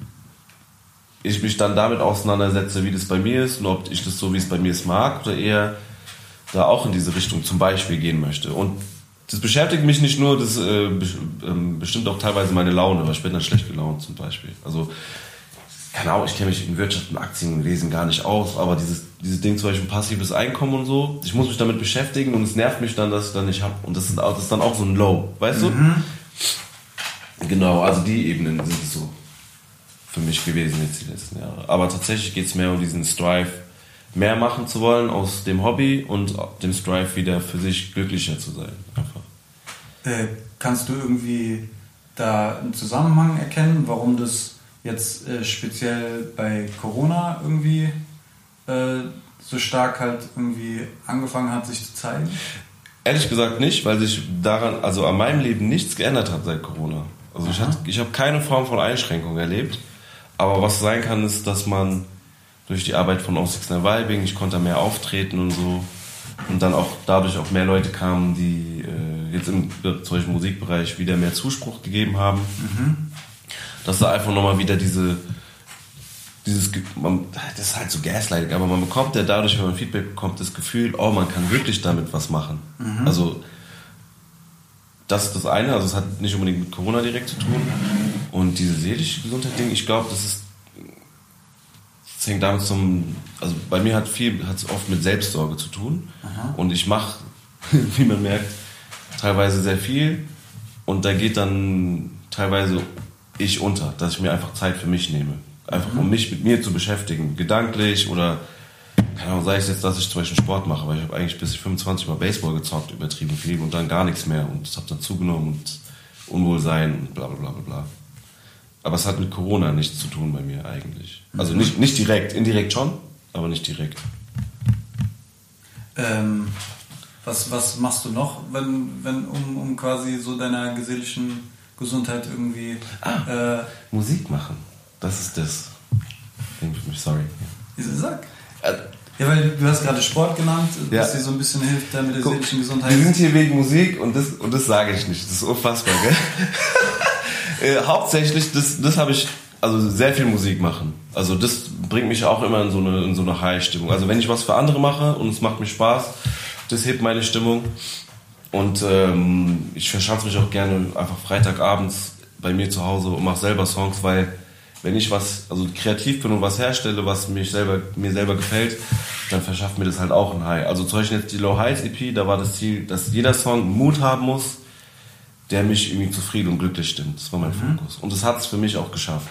Speaker 1: ich mich dann damit auseinandersetze, wie das bei mir ist und ob ich das so, wie es bei mir ist, mag oder eher da auch in diese Richtung zum Beispiel gehen möchte. Und das beschäftigt mich nicht nur, das äh, bestimmt auch teilweise meine Laune, weil ich bin dann schlecht gelaunt zum Beispiel. Also, keine Ahnung, ich kenne mich in Wirtschaft und Aktien und Lesen gar nicht aus, aber dieses, dieses Ding zum Beispiel passives Einkommen und so, ich muss mich damit beschäftigen und es nervt mich dann, dass ich dann nicht habe. Und das ist, das ist dann auch so ein Low, weißt mhm. du? Genau, also die Ebenen sind es so für mich gewesen jetzt die letzten Jahre. Aber tatsächlich geht es mehr um diesen Strive, mehr machen zu wollen aus dem Hobby und dem Strive wieder für sich glücklicher zu sein. Einfach.
Speaker 4: Äh, kannst du irgendwie da einen Zusammenhang erkennen, warum das jetzt äh, speziell bei Corona irgendwie äh, so stark halt irgendwie angefangen hat, sich zu zeigen?
Speaker 1: Ehrlich gesagt nicht, weil sich daran, also an meinem Leben nichts geändert hat seit Corona. Also Aha. ich, hat, ich habe keine Form von Einschränkung erlebt. Aber was sein kann, ist, dass man durch die Arbeit von oh six nine Vibing, ich konnte mehr auftreten und so. Und dann auch dadurch auch mehr Leute kamen, die äh, jetzt im zum Beispiel Musikbereich wieder mehr Zuspruch gegeben haben. Mhm. Dass da einfach nochmal wieder diese, dieses, man, das ist halt so Gaslighting, aber man bekommt ja dadurch, wenn man Feedback bekommt, das Gefühl, oh, man kann wirklich damit was machen. Mhm. Also, das ist das eine, also es hat nicht unbedingt mit Corona direkt zu tun. Und diese seelische Gesundheit-Ding, ich glaube, das ist, das hängt damit zum, also bei mir hat viel, hat es oft mit Selbstsorge zu tun. Aha. Und ich mache, wie man merkt, teilweise sehr viel und da geht dann teilweise ich unter, dass ich mir einfach Zeit für mich nehme. Einfach um mich mit mir zu beschäftigen, gedanklich oder Keine Ahnung, sei es jetzt, dass ich zum Beispiel Sport mache, weil ich habe eigentlich bis ich fünfundzwanzig mal Baseball gezockt, übertrieben viel und dann gar nichts mehr und das habe dann zugenommen und Unwohlsein und bla bla bla bla bla. Aber es hat mit Corona nichts zu tun bei mir eigentlich. Also nicht, nicht direkt, indirekt schon, aber nicht direkt.
Speaker 4: Ähm, was, was machst du noch, wenn, wenn, um, um quasi so deiner seelischen Gesundheit irgendwie...
Speaker 1: Ah,
Speaker 4: äh,
Speaker 1: Musik machen, das ist das. Sorry.
Speaker 4: Sag.
Speaker 1: Äh,
Speaker 4: Ja, weil du hast gerade Sport genannt,
Speaker 1: Ja.
Speaker 4: dass dir so ein bisschen hilft äh, mit der
Speaker 1: Guck,
Speaker 4: seelischen Gesundheit.
Speaker 1: Wir sind hier wegen Musik und das, und das sage ich nicht. Das ist unfassbar, gell? äh, hauptsächlich, das, das habe ich, also sehr viel Musik machen. Also das bringt mich auch immer in so eine, in so eine High-Stimmung. Also wenn ich was für andere mache und es macht mir Spaß, das hebt meine Stimmung. Und ähm, ich verschanze mich auch gerne einfach Freitagabends bei mir zu Hause und mache selber Songs, weil wenn ich was, also kreativ bin und was herstelle, was mich selber, mir selber gefällt, dann verschafft mir das halt auch ein High. Also zum Beispiel jetzt die Low Heights E P, da war das Ziel, dass jeder Song einen Mut haben muss, der mich irgendwie zufrieden und glücklich stimmt. Das war mein mhm. Fokus. Und das hat es für mich auch geschafft.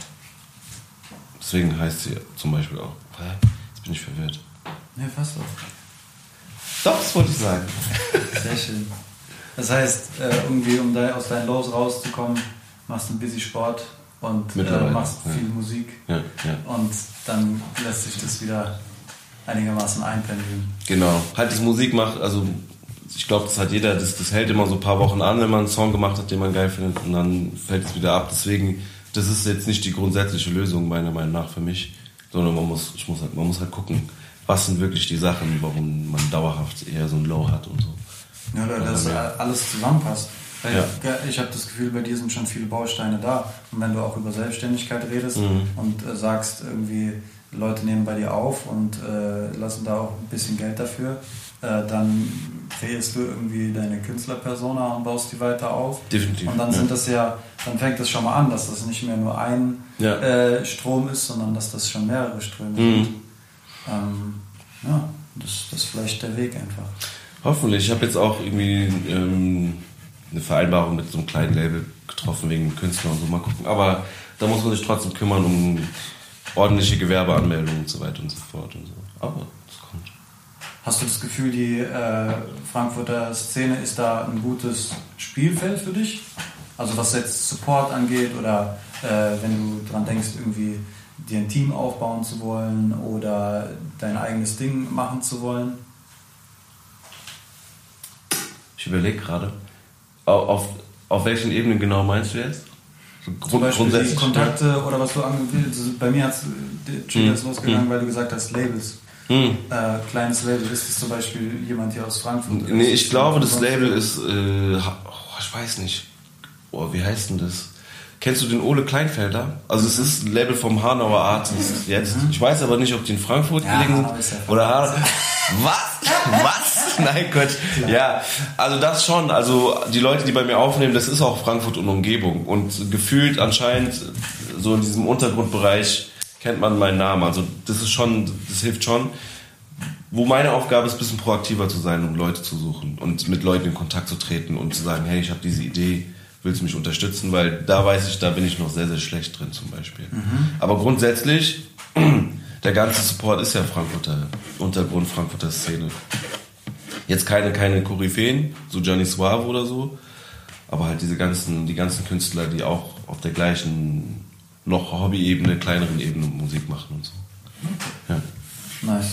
Speaker 1: Deswegen heißt sie zum Beispiel auch, hä? Jetzt bin ich verwirrt.
Speaker 4: Ja, fast auch.
Speaker 1: Doch, das wollte ich sagen.
Speaker 4: Sehr schön. Das heißt, äh, irgendwie, um da aus deinen Lows rauszukommen, machst du ein bisschen Sport und äh, machst
Speaker 1: ja.
Speaker 4: viel Musik.
Speaker 1: Ja, ja.
Speaker 4: Und dann lässt sich das wieder einigermaßen einpendeln.
Speaker 1: Genau. Halt das Musik macht, also ich glaube, das hat jeder, das, das hält immer so ein paar Wochen an, wenn man einen Song gemacht hat, den man geil findet und dann fällt es wieder ab. Deswegen, das ist jetzt nicht die grundsätzliche Lösung meiner Meinung nach für mich, sondern man muss, ich muss halt, man muss halt gucken, was sind wirklich die Sachen, warum man dauerhaft eher so ein Low hat und so.
Speaker 4: Ja, oder dass alles zusammenpasst. Weil
Speaker 1: Ja.
Speaker 4: Ich habe das Gefühl, bei dir sind schon viele Bausteine da. Und wenn du auch über Selbstständigkeit redest
Speaker 1: Mhm.
Speaker 4: und äh, sagst, irgendwie Leute nehmen bei dir auf und äh, lassen da auch ein bisschen Geld dafür, äh, dann kreierst du irgendwie deine Künstlerpersona und baust die weiter auf.
Speaker 1: Definitiv.
Speaker 4: Und dann
Speaker 1: ja.
Speaker 4: sind das ja, dann fängt das schon mal an, dass das nicht mehr nur ein
Speaker 1: Ja.
Speaker 4: äh, Strom ist, sondern dass das schon mehrere Ströme
Speaker 1: Mhm.
Speaker 4: sind. Ähm, ja, das, das ist vielleicht der Weg einfach.
Speaker 1: Hoffentlich. Ich habe jetzt auch irgendwie ähm, eine Vereinbarung mit so einem kleinen Label getroffen wegen dem Künstler und so. Mal gucken. Aber da muss man sich trotzdem kümmern um ordentliche Gewerbeanmeldungen und so weiter und so fort. Und so. Aber das kommt.
Speaker 4: Hast du das Gefühl, die äh, Frankfurter Szene ist da ein gutes Spielfeld für dich? Also was jetzt Support angeht oder äh, wenn du dran denkst, irgendwie dir ein Team aufbauen zu wollen oder dein eigenes Ding machen zu wollen?
Speaker 1: Ich überlege gerade, auf, auf, auf welchen Ebenen genau meinst du jetzt? So
Speaker 4: Zum Beispiel die Kontakte
Speaker 1: ja.
Speaker 4: oder was du angewählt hast. Bei mir hat es mm. losgegangen, mm. weil du gesagt hast, Labels. Mm. Äh, kleines Label. Ist das zum Beispiel jemand hier aus Frankfurt?
Speaker 1: Nee, ich glaube, das Label ist, äh, oh, ich weiß nicht, oh, wie heißt denn das? Kennst du den Ole Kleinfelder? Also es ist ein Label vom Hanauer Artist jetzt. Mhm. Ich weiß aber nicht, ob die in Frankfurt
Speaker 4: ja,
Speaker 1: gelegen
Speaker 4: sind.
Speaker 1: Ja oder Hanau. Was? Was? Nein, Gott. Ja, also das schon. Also die Leute, die bei mir aufnehmen, das ist auch Frankfurt und Umgebung. Und gefühlt anscheinend so in diesem Untergrundbereich kennt man meinen Namen. Also das ist schon, das hilft schon. Wo meine Aufgabe ist, ein bisschen proaktiver zu sein, um Leute zu suchen und mit Leuten in Kontakt zu treten und zu sagen, hey, ich habe diese Idee, willst du mich unterstützen? Weil da weiß ich, da bin ich noch sehr, sehr schlecht drin zum Beispiel. Mhm. Aber grundsätzlich, der ganze Support ist ja Frankfurter, Untergrund, Frankfurter Szene. Jetzt keine, keine Koryphäen, so Gianni Suave oder so, aber halt diese ganzen, die ganzen Künstler, die auch auf der gleichen, noch Hobby-Ebene, kleineren Ebene Musik machen und so. Ja.
Speaker 4: Nice.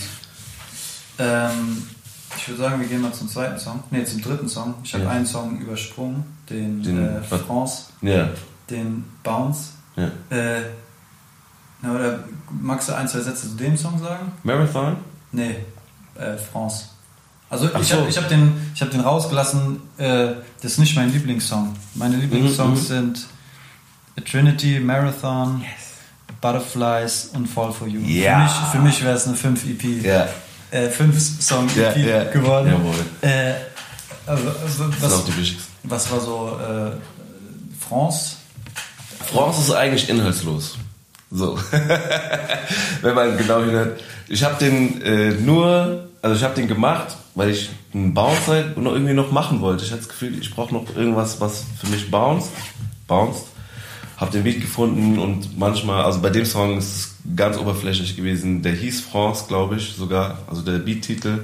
Speaker 4: Ähm, ich würde sagen, wir gehen mal zum zweiten Song. Ne, zum dritten Song. Ich habe ja. einen Song übersprungen, den, den äh, France,
Speaker 1: ja.
Speaker 4: den Bounce.
Speaker 1: Ja.
Speaker 4: Äh, na, oder magst du ein, zwei Sätze zu dem Song sagen?
Speaker 1: Marathon?
Speaker 4: Nee, äh, France. Also
Speaker 1: Ach
Speaker 4: ich
Speaker 1: so.
Speaker 4: habe ich hab den, ich hab den rausgelassen, äh, das ist nicht mein Lieblingssong. Meine Lieblingssongs mhm, sind A Trinity, Marathon, yes. Butterflies und Fall for You.
Speaker 1: Ja.
Speaker 4: Für mich, mich wäre es eine fünf E P.
Speaker 1: Ja.
Speaker 4: Äh, fünf Song E P
Speaker 1: ja, ja.
Speaker 4: geworden.
Speaker 1: Jawohl.
Speaker 4: Äh, also, also, was,
Speaker 1: das ist auch die wichtigste.
Speaker 4: Was war so äh, France?
Speaker 1: France ist eigentlich inhaltslos. So. Wenn man genau hinhört. Ich habe den äh, nur, also ich habe den gemacht, weil ich einen Bounce halt noch irgendwie noch machen wollte. Ich hatte das Gefühl, ich brauche noch irgendwas, was für mich bounced. bounced. habe den Beat gefunden und manchmal, also bei dem Song ist es ganz oberflächlich gewesen. Der hieß France, glaube ich, sogar, also der Beat-Titel.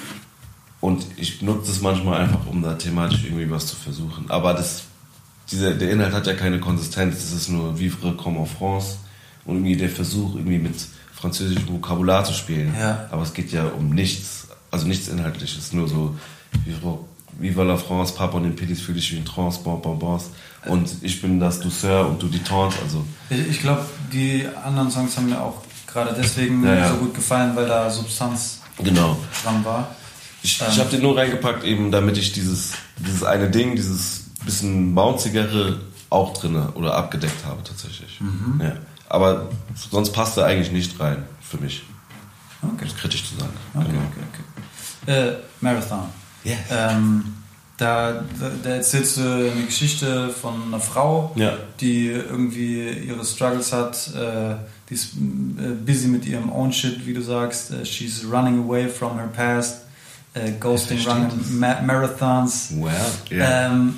Speaker 1: Und ich nutze es manchmal einfach, um da thematisch irgendwie was zu versuchen. Aber das, dieser, der Inhalt hat ja keine Konsistenz. Das ist nur Vivre comme en France und irgendwie der Versuch, irgendwie mit französischem Vokabular zu spielen.
Speaker 4: Ja.
Speaker 1: Aber es geht ja um nichts, also nichts Inhaltliches, nur so Vivre, Viva la France, Papa und den Pilis fühle ich wie ein Trance, bon, bon, bons. Und ich bin das Douceur und du die Tante. Also.
Speaker 4: Ich, ich glaube, die anderen Songs haben mir auch gerade deswegen
Speaker 1: ja, ja.
Speaker 4: so gut gefallen, weil da Substanz
Speaker 1: genau.
Speaker 4: dran war.
Speaker 1: Ich,
Speaker 4: ähm.
Speaker 1: ich habe den nur reingepackt, eben damit ich dieses, dieses eine Ding, dieses bisschen bouncigere auch drin oder abgedeckt habe tatsächlich.
Speaker 4: Mhm.
Speaker 1: Ja. Aber sonst passt er eigentlich nicht rein für mich.
Speaker 4: Okay.
Speaker 1: Das ist kritisch zu sagen.
Speaker 4: Okay,
Speaker 1: genau.
Speaker 4: okay, okay. Äh, Marathon.
Speaker 1: Yes.
Speaker 4: Ähm, da, da, da erzählst du eine Geschichte von einer Frau,
Speaker 1: ja.
Speaker 4: die irgendwie ihre Struggles hat. Äh, die ist äh, busy mit ihrem own shit, wie du sagst. Uh, she's running away from her past. Uh, ghosting, running ma- marathons.
Speaker 1: Well, yeah.
Speaker 4: Ähm,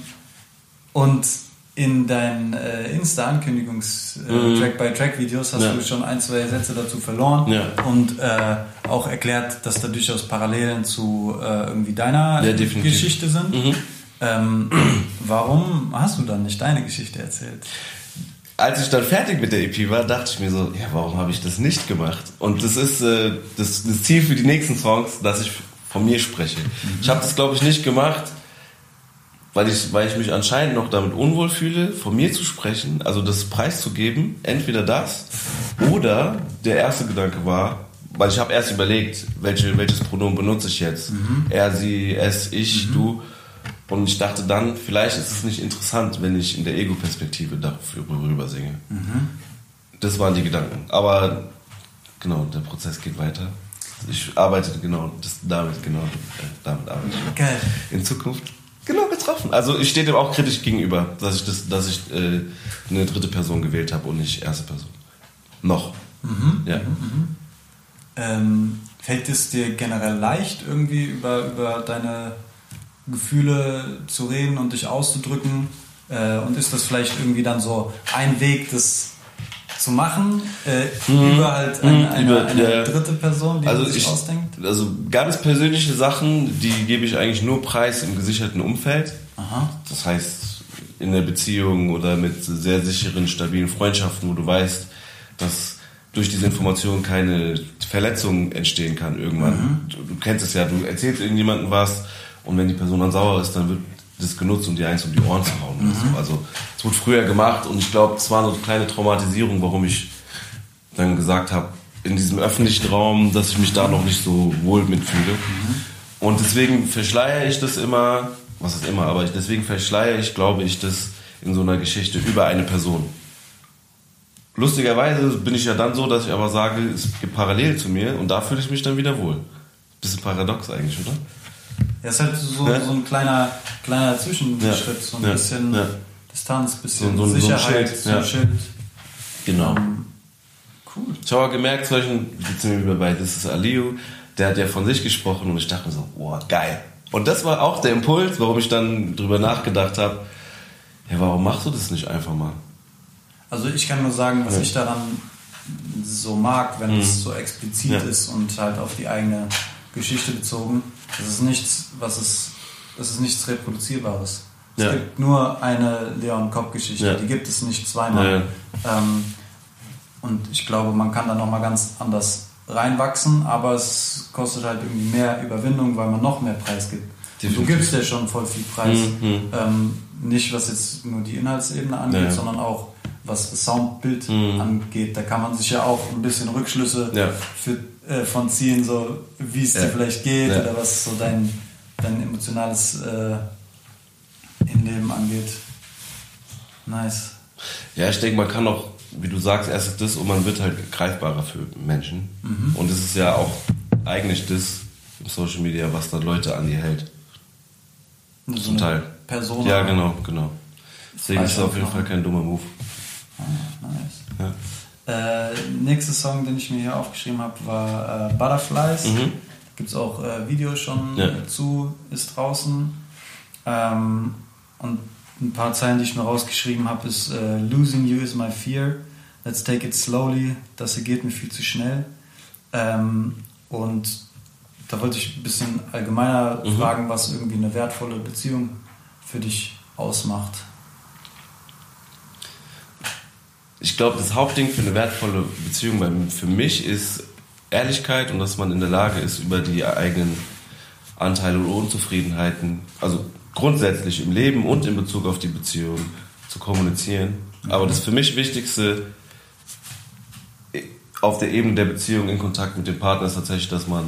Speaker 4: und in deinen äh, Insta-Ankündigungs-Track-by-Track-Videos äh, hast
Speaker 1: ja.
Speaker 4: du schon ein, zwei Sätze dazu verloren
Speaker 1: ja.
Speaker 4: und äh, auch erklärt, dass da durchaus Parallelen zu äh, irgendwie deiner
Speaker 1: ja,
Speaker 4: Geschichte sind.
Speaker 1: Mhm.
Speaker 4: Ähm, warum hast du dann nicht deine Geschichte erzählt?
Speaker 1: Als ich dann fertig mit der E P war, dachte ich mir so, ja, warum habe ich das nicht gemacht? Und das ist äh, das, das Ziel für die nächsten Songs, dass ich von mir spreche. Mhm. Ich habe das, glaube ich, nicht gemacht, weil ich, weil ich mich anscheinend noch damit unwohl fühle, von mir zu sprechen, also das preiszugeben, entweder das oder der erste Gedanke war, weil ich habe erst überlegt, welche, welches Pronomen benutze ich jetzt. Mhm. Er, sie, es, ich, mhm. du. Und ich dachte dann, vielleicht ist es nicht interessant, wenn ich in der Ego-Perspektive darüber singe. Mhm. Das waren die Gedanken. Aber genau, der Prozess geht weiter. Ich arbeite genau, das, damit, genau, damit arbeite ich.
Speaker 4: Geil.
Speaker 1: In Zukunft. Genau getroffen. Also ich stehe dem auch kritisch gegenüber, dass ich, das, dass ich äh, eine dritte Person gewählt habe und nicht erste Person. Noch.
Speaker 4: Mhm.
Speaker 1: Ja.
Speaker 4: Mhm. Ähm, fällt es dir generell leicht, irgendwie über, über deine Gefühle zu reden und dich auszudrücken? Äh, und ist das vielleicht irgendwie dann so ein Weg, das zu machen, äh, mhm. über halt eine, eine,
Speaker 1: über,
Speaker 4: eine
Speaker 1: ja.
Speaker 4: dritte Person, die
Speaker 1: also
Speaker 4: sich
Speaker 1: ich,
Speaker 4: ausdenkt?
Speaker 1: Also ganz persönliche Sachen, die gebe ich eigentlich nur preis im gesicherten Umfeld.
Speaker 4: Aha.
Speaker 1: Das heißt, in der Beziehung oder mit sehr sicheren, stabilen Freundschaften, wo du weißt, dass durch diese Information keine Verletzung entstehen kann irgendwann. Mhm. Du, du kennst es ja, du erzählst irgendjemandem was und wenn die Person dann sauer ist, dann wird das genutzt, um dir eins um die Ohren zu hauen. Mhm. Oder so. Also es wurde früher gemacht und ich glaube, es war eine kleine Traumatisierung, warum ich dann gesagt habe, in diesem öffentlichen Raum, dass ich mich da noch nicht so wohl mitfühle. Mhm. Und deswegen verschleiere ich das immer, was ist immer, aber ich, deswegen verschleiere ich, glaube ich, das in so einer Geschichte über eine Person. Lustigerweise bin ich ja dann so, dass ich aber sage, es gibt parallel zu mir und da fühle ich mich dann wieder wohl. Bisschen paradox eigentlich, oder?
Speaker 4: Ja, es ist halt so, ja. so ein kleiner, kleiner Zwischenschritt,
Speaker 1: ja.
Speaker 4: so ein
Speaker 1: ja.
Speaker 4: bisschen
Speaker 1: ja.
Speaker 4: Distanz, bisschen
Speaker 1: so, so,
Speaker 4: Sicherheit,
Speaker 1: so
Speaker 4: so ein
Speaker 1: ja.
Speaker 4: Schild.
Speaker 1: Genau.
Speaker 4: Um, cool.
Speaker 1: Ich habe auch gemerkt, solchen, jetzt sind wir wieder bei This is Aliou, der hat ja von sich gesprochen und ich dachte mir so, boah, geil. Und das war auch der Impuls, warum ich dann drüber nachgedacht habe, ja, warum machst du das nicht einfach mal?
Speaker 4: Also ich kann nur sagen, was ja. ich daran so mag, wenn mhm. es so explizit ja. ist und halt auf die eigene Geschichte bezogen. Das ist nichts, was es, das ist nichts Reproduzierbares. Es ja. gibt nur eine Leon Kopp-Geschichte, ja. die gibt es nicht zweimal. Ja. Ähm, und ich glaube, man kann da nochmal ganz anders reinwachsen, aber es kostet halt irgendwie mehr Überwindung, weil man noch mehr Preis gibt. Und du gibst ja schon voll viel Preis. Mhm. Ähm, nicht was jetzt nur die Inhaltsebene angeht, ja. sondern auch was das Soundbild mhm. angeht. Da kann man sich ja auch ein bisschen Rückschlüsse ja. für, äh, von ziehen, so wie es ja. dir vielleicht geht ja. oder was so dein, dein emotionales äh, Innenleben angeht. Nice.
Speaker 1: Ja, ich denke, man kann auch, wie du sagst, erst das und man wird halt greifbarer für Menschen. Mhm. Und es ist ja auch eigentlich das im Social Media, was da Leute an dir hält.
Speaker 4: So
Speaker 1: Zum Teil.
Speaker 4: Person.
Speaker 1: Ja, genau, genau. Deswegen ist es auf jeden Fall kein dummer Move.
Speaker 4: Ah, nice. Ja. Äh, nächster Song, den ich mir hier aufgeschrieben habe, war äh, Butterflies. Mhm. Da gibt es auch äh, Video schon ja. zu, ist draußen. Ähm, und ein paar Zeilen, die ich mir rausgeschrieben habe, ist äh, Losing you is my fear, let's take it slowly, das hier geht mir viel zu schnell. Ähm, und da wollte ich ein bisschen allgemeiner mhm. fragen, was irgendwie eine wertvolle Beziehung für dich ausmacht.
Speaker 1: Ich glaube, das Hauptding für eine wertvolle Beziehung bei, für mich ist Ehrlichkeit und dass man in der Lage ist, über die eigenen Anteile oder Unzufriedenheiten, also grundsätzlich im Leben und in Bezug auf die Beziehung zu kommunizieren. Aber das für mich Wichtigste auf der Ebene der Beziehung in Kontakt mit dem Partner ist tatsächlich, dass man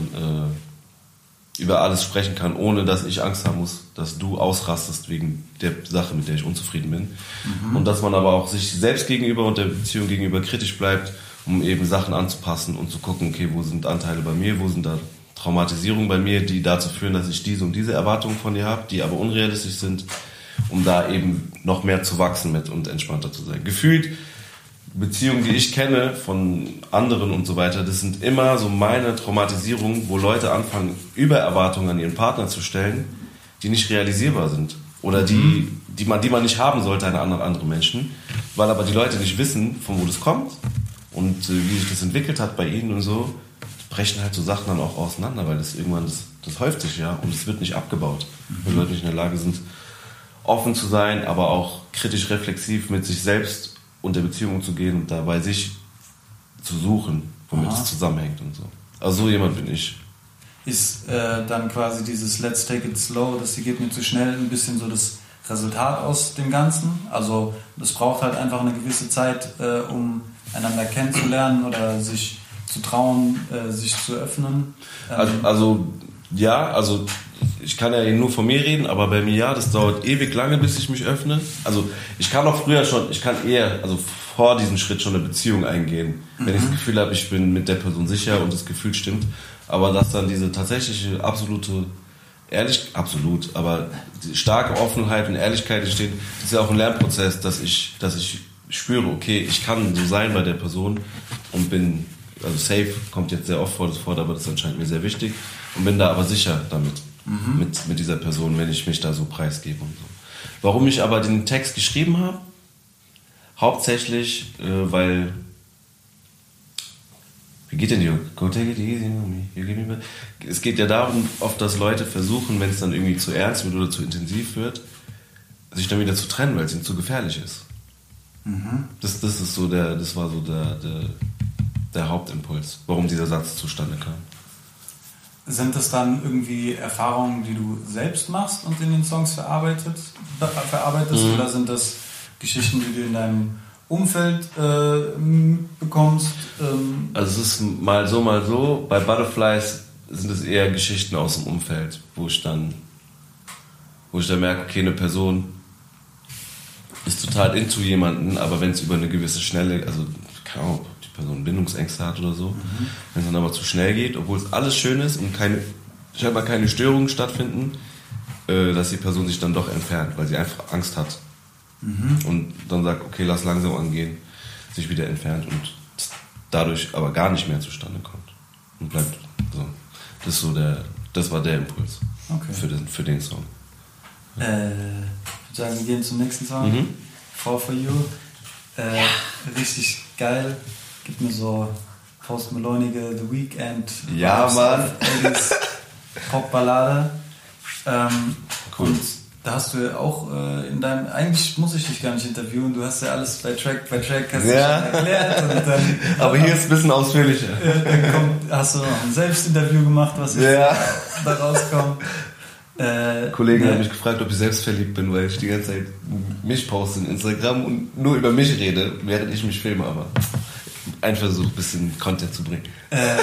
Speaker 1: äh, über alles sprechen kann, ohne dass ich Angst haben muss, dass du ausrastest wegen der Sache, mit der ich unzufrieden bin. Mhm. Und dass man aber auch sich selbst gegenüber und der Beziehung gegenüber kritisch bleibt, um eben Sachen anzupassen und zu gucken, okay, wo sind Anteile bei mir, wo sind da Traumatisierungen bei mir, die dazu führen, dass ich diese und diese Erwartungen von dir habe, die aber unrealistisch sind, um da eben noch mehr zu wachsen mit und entspannter zu sein. Gefühlt Beziehungen, die ich kenne von anderen und so weiter, das sind immer so meine Traumatisierungen, wo Leute anfangen, Übererwartungen an ihren Partner zu stellen, die nicht realisierbar sind oder die, die, man, die man nicht haben sollte an andere, andere Menschen, weil aber die Leute nicht wissen, von wo das kommt und äh, wie sich das entwickelt hat bei ihnen und so, brechen halt so Sachen dann auch auseinander, weil das irgendwann, das, das häuft sich ja und es wird nicht abgebaut, weil Leute nicht in der Lage sind, offen zu sein, aber auch kritisch reflexiv mit sich selbst und der Beziehung umzugehen und dabei sich zu suchen, womit Aha. es zusammenhängt und so. Also so jemand bin ich.
Speaker 4: Ist äh, dann quasi dieses Let's take it slow, das hier geht mir zu schnell, ein bisschen so das Resultat aus dem Ganzen? Also das braucht halt einfach eine gewisse Zeit, äh, um einander kennenzulernen oder sich zu trauen, äh, sich zu öffnen? Ähm
Speaker 1: also, also ja, also ich kann ja nur von mir reden, aber bei mir ja, das dauert ewig lange, bis ich mich öffne. Also ich kann auch früher schon, ich kann eher, also vor diesem Schritt schon eine Beziehung eingehen, mhm. wenn ich das Gefühl habe, ich bin mit der Person sicher und das Gefühl stimmt. Aber dass dann diese tatsächliche, absolute, ehrlich, absolut, aber die starke Offenheit und Ehrlichkeit entsteht, das ist ja auch ein Lernprozess, dass ich, dass ich spüre, okay, ich kann so sein bei der Person und bin, also safe kommt jetzt sehr oft vor, das vor, aber das ist anscheinend mir sehr wichtig und bin da aber sicher damit, mhm. mit, mit dieser Person, wenn ich mich da so preisgebe und so. Warum ich aber den Text geschrieben habe? Hauptsächlich, äh, weil wie geht denn die? Go take it easy on me. You give me back. Es geht ja darum, oft, dass Leute versuchen, wenn es dann irgendwie zu ernst wird oder zu intensiv wird, sich dann wieder zu trennen, weil es ihnen zu gefährlich ist. Mhm. Das, das ist so der, das war so der, der, der Hauptimpuls, warum dieser Satz zustande kam.
Speaker 4: Sind das dann irgendwie Erfahrungen, die du selbst machst und in den Songs verarbeitet, verarbeitest, mhm. oder sind das Geschichten, die du in deinem Umfeld äh, bekommst? Ähm
Speaker 1: also es ist mal so, mal so. Bei Butterflies sind es eher Geschichten aus dem Umfeld, wo ich dann, wo ich dann merke, okay, eine Person ist total into jemanden, aber wenn es über eine gewisse Schnelle, also keine Ahnung, ob die Person Bindungsängste hat oder so, mhm. wenn es dann aber zu schnell geht, obwohl es alles schön ist und keine, scheinbar keine Störungen stattfinden, äh, dass die Person sich dann doch entfernt, weil sie einfach Angst hat. Mhm. Und dann sagt, okay, lass langsam angehen, sich wieder entfernt und dadurch aber gar nicht mehr zustande kommt und bleibt so. Das ist so der, das war der Impuls okay. für den, für den Song.
Speaker 4: Ja. Äh, ich würde sagen, wir gehen zum nächsten Song. Mhm. Fall for You. Äh, ja. Richtig geil. Gibt mir so Post Maloney'ge The Weeknd.
Speaker 1: Ja, Mann.
Speaker 4: Popballade. Ähm,
Speaker 1: cool.
Speaker 4: Und da hast du ja auch äh, in deinem, eigentlich muss ich dich gar nicht interviewen, du hast ja alles bei Track bei Track hast
Speaker 1: ja.
Speaker 4: du schon erklärt. Und dann,
Speaker 1: aber hier ist ein bisschen ausführlicher.
Speaker 4: Äh, dann kommt, hast du noch ein Selbstinterview gemacht, was jetzt
Speaker 1: ja.
Speaker 4: da rauskommt. Äh,
Speaker 1: Kollegen
Speaker 4: ne.
Speaker 1: haben mich gefragt, ob ich selbst verliebt bin, weil ich die ganze Zeit mich poste in Instagram und nur über mich rede, während ich mich filme, aber ein Versuch, ein bisschen Content zu bringen.
Speaker 4: Ähm,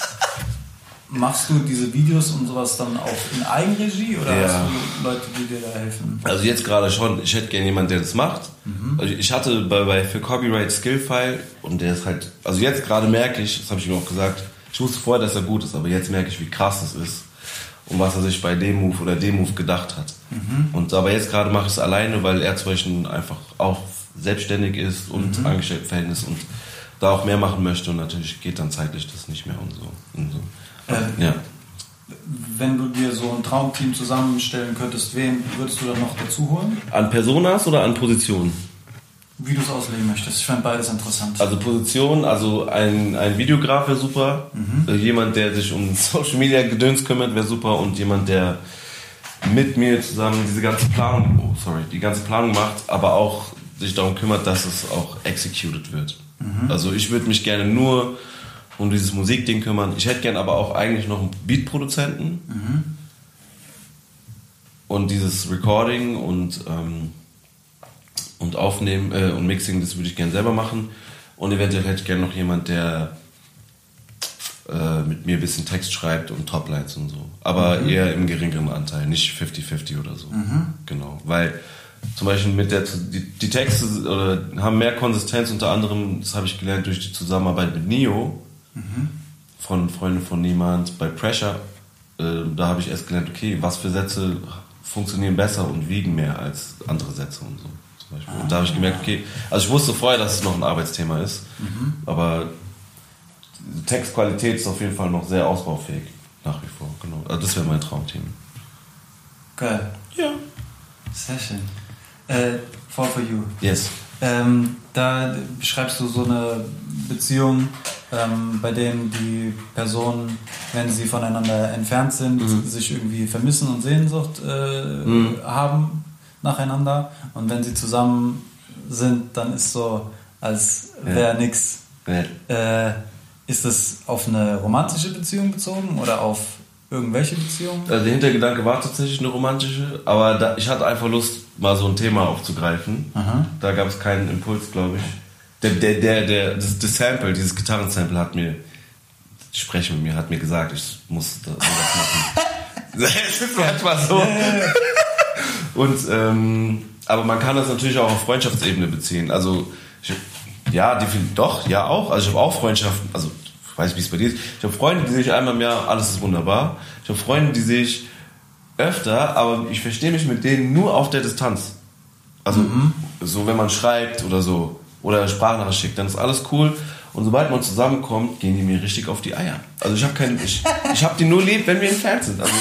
Speaker 4: Machst du diese Videos und sowas dann auch in Eigenregie oder
Speaker 1: ja.
Speaker 4: hast du Leute, die dir da helfen?
Speaker 1: Also jetzt gerade schon. Ich hätte gerne jemanden, der das macht. Mhm. Also ich hatte bei, bei für Copyright Skillfile und der ist halt, also jetzt gerade merke ich, das habe ich ihm auch gesagt, ich wusste vorher, dass er gut ist, aber jetzt merke ich, wie krass das ist und was er sich bei dem Move oder dem Move gedacht hat. Mhm. Und aber jetzt gerade mache ich es alleine, weil er zum Beispiel einfach auch selbstständig ist und mhm. Angestelltenverhältnis und da auch mehr machen möchte und natürlich geht dann zeitlich das nicht mehr und so. Und so.
Speaker 4: Ähm,
Speaker 1: ja.
Speaker 4: wenn du dir so ein Traumteam zusammenstellen könntest, wen würdest du dann noch dazu holen?
Speaker 1: An Personas oder an Positionen?
Speaker 4: Wie du es auslegen möchtest. Ich fand beides interessant.
Speaker 1: Also Position, also ein, ein Videograf wäre super, mhm. jemand, der sich um Social Media Gedöns kümmert, wäre super und jemand, der mit mir zusammen diese ganze Planung, oh sorry, die ganze Planung macht, aber auch sich darum kümmert, dass es auch executed wird. Mhm. Also ich würde mich gerne nur um dieses Musikding kümmern. Ich hätte gerne aber auch eigentlich noch einen Beatproduzenten mhm. und dieses Recording und ähm, und Aufnehmen äh, und Mixing, das würde ich gerne selber machen. Und eventuell hätte ich gerne noch jemand, der äh, mit mir ein bisschen Text schreibt und Toplines und so. Aber mhm. eher im geringeren Anteil, nicht fifty fifty oder so. Mhm. Genau, weil zum Beispiel mit der, die, die Texte oder, haben mehr Konsistenz, unter anderem, das habe ich gelernt durch die Zusammenarbeit mit Nio, mhm. von Freunden von Niemand, bei Pressure. Äh, da habe ich erst gelernt, okay, was für Sätze funktionieren besser und wiegen mehr als andere Sätze und so. Und da habe ich gemerkt, okay, also ich wusste vorher, dass es noch ein Arbeitsthema ist, mhm. aber die Textqualität ist auf jeden Fall noch sehr ausbaufähig, nach wie vor, genau. Also das wäre mein Traumteam.
Speaker 4: Geil.
Speaker 1: Ja.
Speaker 4: Sehr schön. Äh, Fall for You.
Speaker 1: Yes.
Speaker 4: Ähm, da beschreibst du so eine Beziehung, ähm, bei denen die Personen, wenn sie voneinander entfernt sind, mhm. sich irgendwie vermissen und Sehnsucht äh, mhm. haben nacheinander, und wenn sie zusammen sind, dann ist so, als wäre ja. nix. Ja. Äh, ist das auf eine romantische Beziehung bezogen oder auf irgendwelche Beziehungen?
Speaker 1: Also der Hintergedanke war tatsächlich eine romantische, aber da, ich hatte einfach Lust, mal so ein Thema aufzugreifen. Aha. Da gab es keinen Impuls, glaube ich. Der, der, der, der, das, das Sample, dieses Gitarrensample hat mir, die Spreche mit mir, hat mir gesagt, ich muss das machen. Es ist manchmal so. Und, ähm, aber man kann das natürlich auch auf Freundschaftsebene beziehen. Also, ich, ja, die, doch, ja auch. Also ich habe auch Freundschaften, also ich weiß nicht, wie es bei dir ist. Ich habe Freunde, die sehe ich einmal im Jahr, alles ist wunderbar. Ich habe Freunde, die sehe ich öfter, aber ich verstehe mich mit denen nur auf der Distanz. Also, mhm. so wenn man schreibt oder so, oder Sprachnachricht schickt, dann ist alles cool. Und sobald man zusammenkommt, gehen die mir richtig auf die Eier. Also ich habe keinen, ich, ich habe die nur lieb, wenn wir entfernt sind. Also,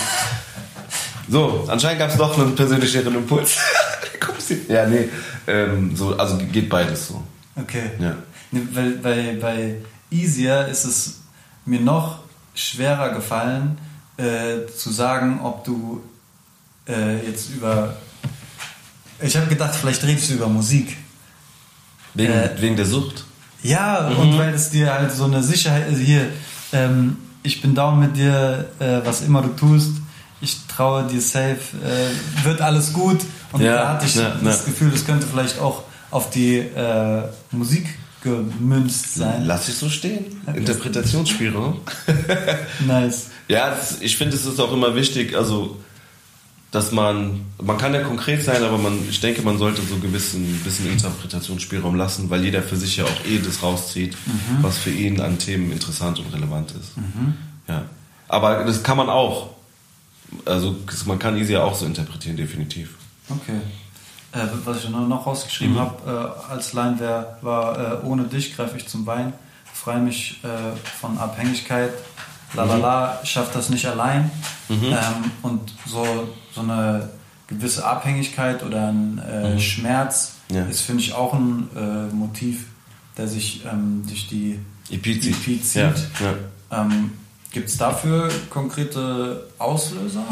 Speaker 1: so, anscheinend gab es doch einen persönlicheren Impuls. ja, nee, ähm, so, also geht beides so.
Speaker 4: Okay.
Speaker 1: Ja.
Speaker 4: Nee, weil bei, bei Easier ist es mir noch schwerer gefallen, äh, zu sagen, ob du äh, jetzt über... Ich habe gedacht, vielleicht redest du über Musik.
Speaker 1: Wegen,
Speaker 4: äh,
Speaker 1: wegen der Sucht?
Speaker 4: Ja, mhm. und weil es dir halt so eine Sicherheit ist, hier, ähm, ich bin down mit dir, äh, was immer du tust, ich traue dir safe, äh, wird alles gut. Und ja, da hatte ich ja, das ja. Gefühl, das könnte vielleicht auch auf die äh, Musik gemünzt sein.
Speaker 1: Lass ich so stehen. Interpretationsspielraum.
Speaker 4: Nice.
Speaker 1: Ja, das, ich finde, es ist auch immer wichtig, also, dass man, man kann ja konkret sein, aber man, ich denke, man sollte so gewissen bisschen Interpretationsspielraum lassen, weil jeder für sich ja auch eh das rauszieht, mhm. was für ihn an Themen interessant und relevant ist. Mhm. Ja. Aber das kann man auch. Also man kann Easy ja auch so interpretieren, definitiv.
Speaker 4: Okay. Äh, was ich noch rausgeschrieben mhm. habe äh, als Line wär, war, äh, ohne dich greife ich zum Wein, befreie mich äh, von Abhängigkeit, lalala, mhm. schafft das nicht allein. Mhm. Ähm, und so, so eine gewisse Abhängigkeit oder ein äh, mhm. Schmerz ja. ist, finde ich, auch ein äh, Motiv, der sich ähm, durch die
Speaker 1: E P zieht.
Speaker 4: E P zieht. Ja. Ja. Ähm, Gibt es dafür konkrete Auslöser?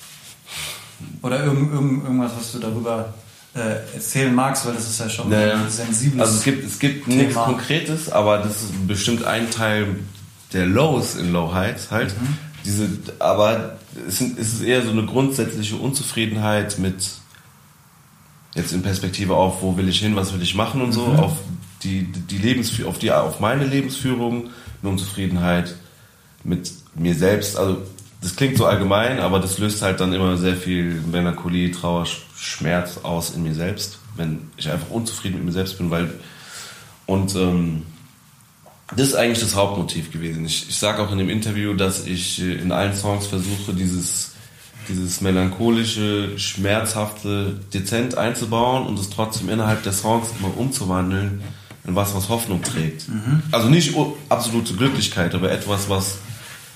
Speaker 4: Oder irgend, irgend, irgendwas, was du darüber äh, erzählen magst, weil das ist ja schon naja. ein sensibles
Speaker 1: Also es gibt, es gibt nichts Konkretes, aber das ist bestimmt ein Teil der Lows in Low Heights halt. Mhm. Diese, aber es, sind, es ist eher so eine grundsätzliche Unzufriedenheit mit, jetzt in Perspektive auf, wo will ich hin, was will ich machen und so, mhm. auf die, die Lebensführung, auf die, auf meine Lebensführung, eine Unzufriedenheit mit mir selbst, also das klingt so allgemein, aber das löst halt dann immer sehr viel Melancholie, Trauer, Schmerz aus in mir selbst, wenn ich einfach unzufrieden mit mir selbst bin, weil und ähm, das ist eigentlich das Hauptmotiv gewesen. Ich, ich sage auch in dem Interview, dass ich in allen Songs versuche, dieses, dieses melancholische, schmerzhafte dezent einzubauen und es trotzdem innerhalb der Songs immer umzuwandeln in was, was Hoffnung trägt. Mhm. Also nicht absolute Glücklichkeit, aber etwas, was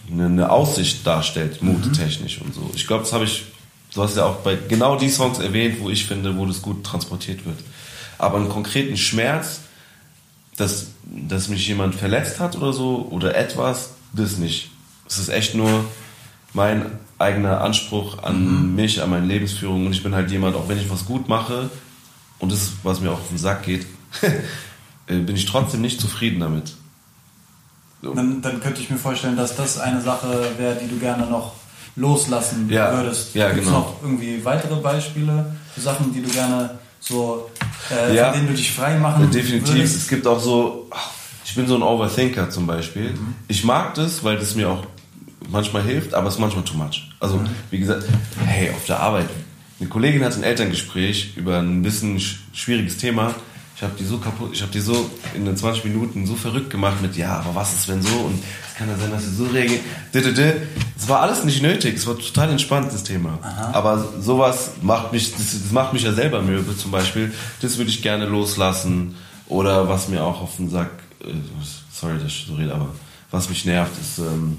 Speaker 1: eine, eine Aussicht darstellt, modetechnisch und so. Ich glaube, das habe ich, du hast ja auch bei genau die Songs erwähnt, wo ich finde, wo das gut transportiert wird. Aber einen konkreten Schmerz, dass, dass mich jemand verletzt hat oder so, oder etwas, das nicht. Es ist echt nur mein eigener Anspruch an mhm. mich, an meine Lebensführung, und ich bin halt jemand, auch wenn ich was gut mache, und das ist, was mir auch auf den Sack geht, bin ich trotzdem nicht zufrieden damit. So.
Speaker 4: Dann, dann könnte ich mir vorstellen, dass das eine Sache wäre, die du gerne noch loslassen
Speaker 1: ja.
Speaker 4: würdest.
Speaker 1: Ja,
Speaker 4: Gibt es
Speaker 1: genau.
Speaker 4: noch irgendwie weitere Beispiele für Sachen, die du gerne so, äh,
Speaker 1: ja.
Speaker 4: von denen du dich frei machen
Speaker 1: ja, definitiv.
Speaker 4: würdest?
Speaker 1: Es gibt auch so, ich bin so ein Overthinker zum Beispiel.
Speaker 4: Mhm.
Speaker 1: Ich mag das, weil das mir auch manchmal hilft, aber es ist manchmal too much. Also, mhm. wie gesagt, hey, auf der Arbeit. Eine Kollegin hat ein Elterngespräch über ein bisschen schwieriges Thema. Ich habe die so kaputt, ich habe die so in den zwanzig Minuten so verrückt gemacht mit, ja, aber was ist, wenn so, und es kann ja sein, dass sie so reagieren. Es war alles nicht nötig, es war total entspannt, das Thema. Aha. Aber sowas macht mich, das, das macht mich ja selber mürbe zum Beispiel. Das würde ich gerne loslassen. Oder was mir auch auf den Sack, äh, sorry, dass ich so rede, aber was mich nervt, ist, ähm,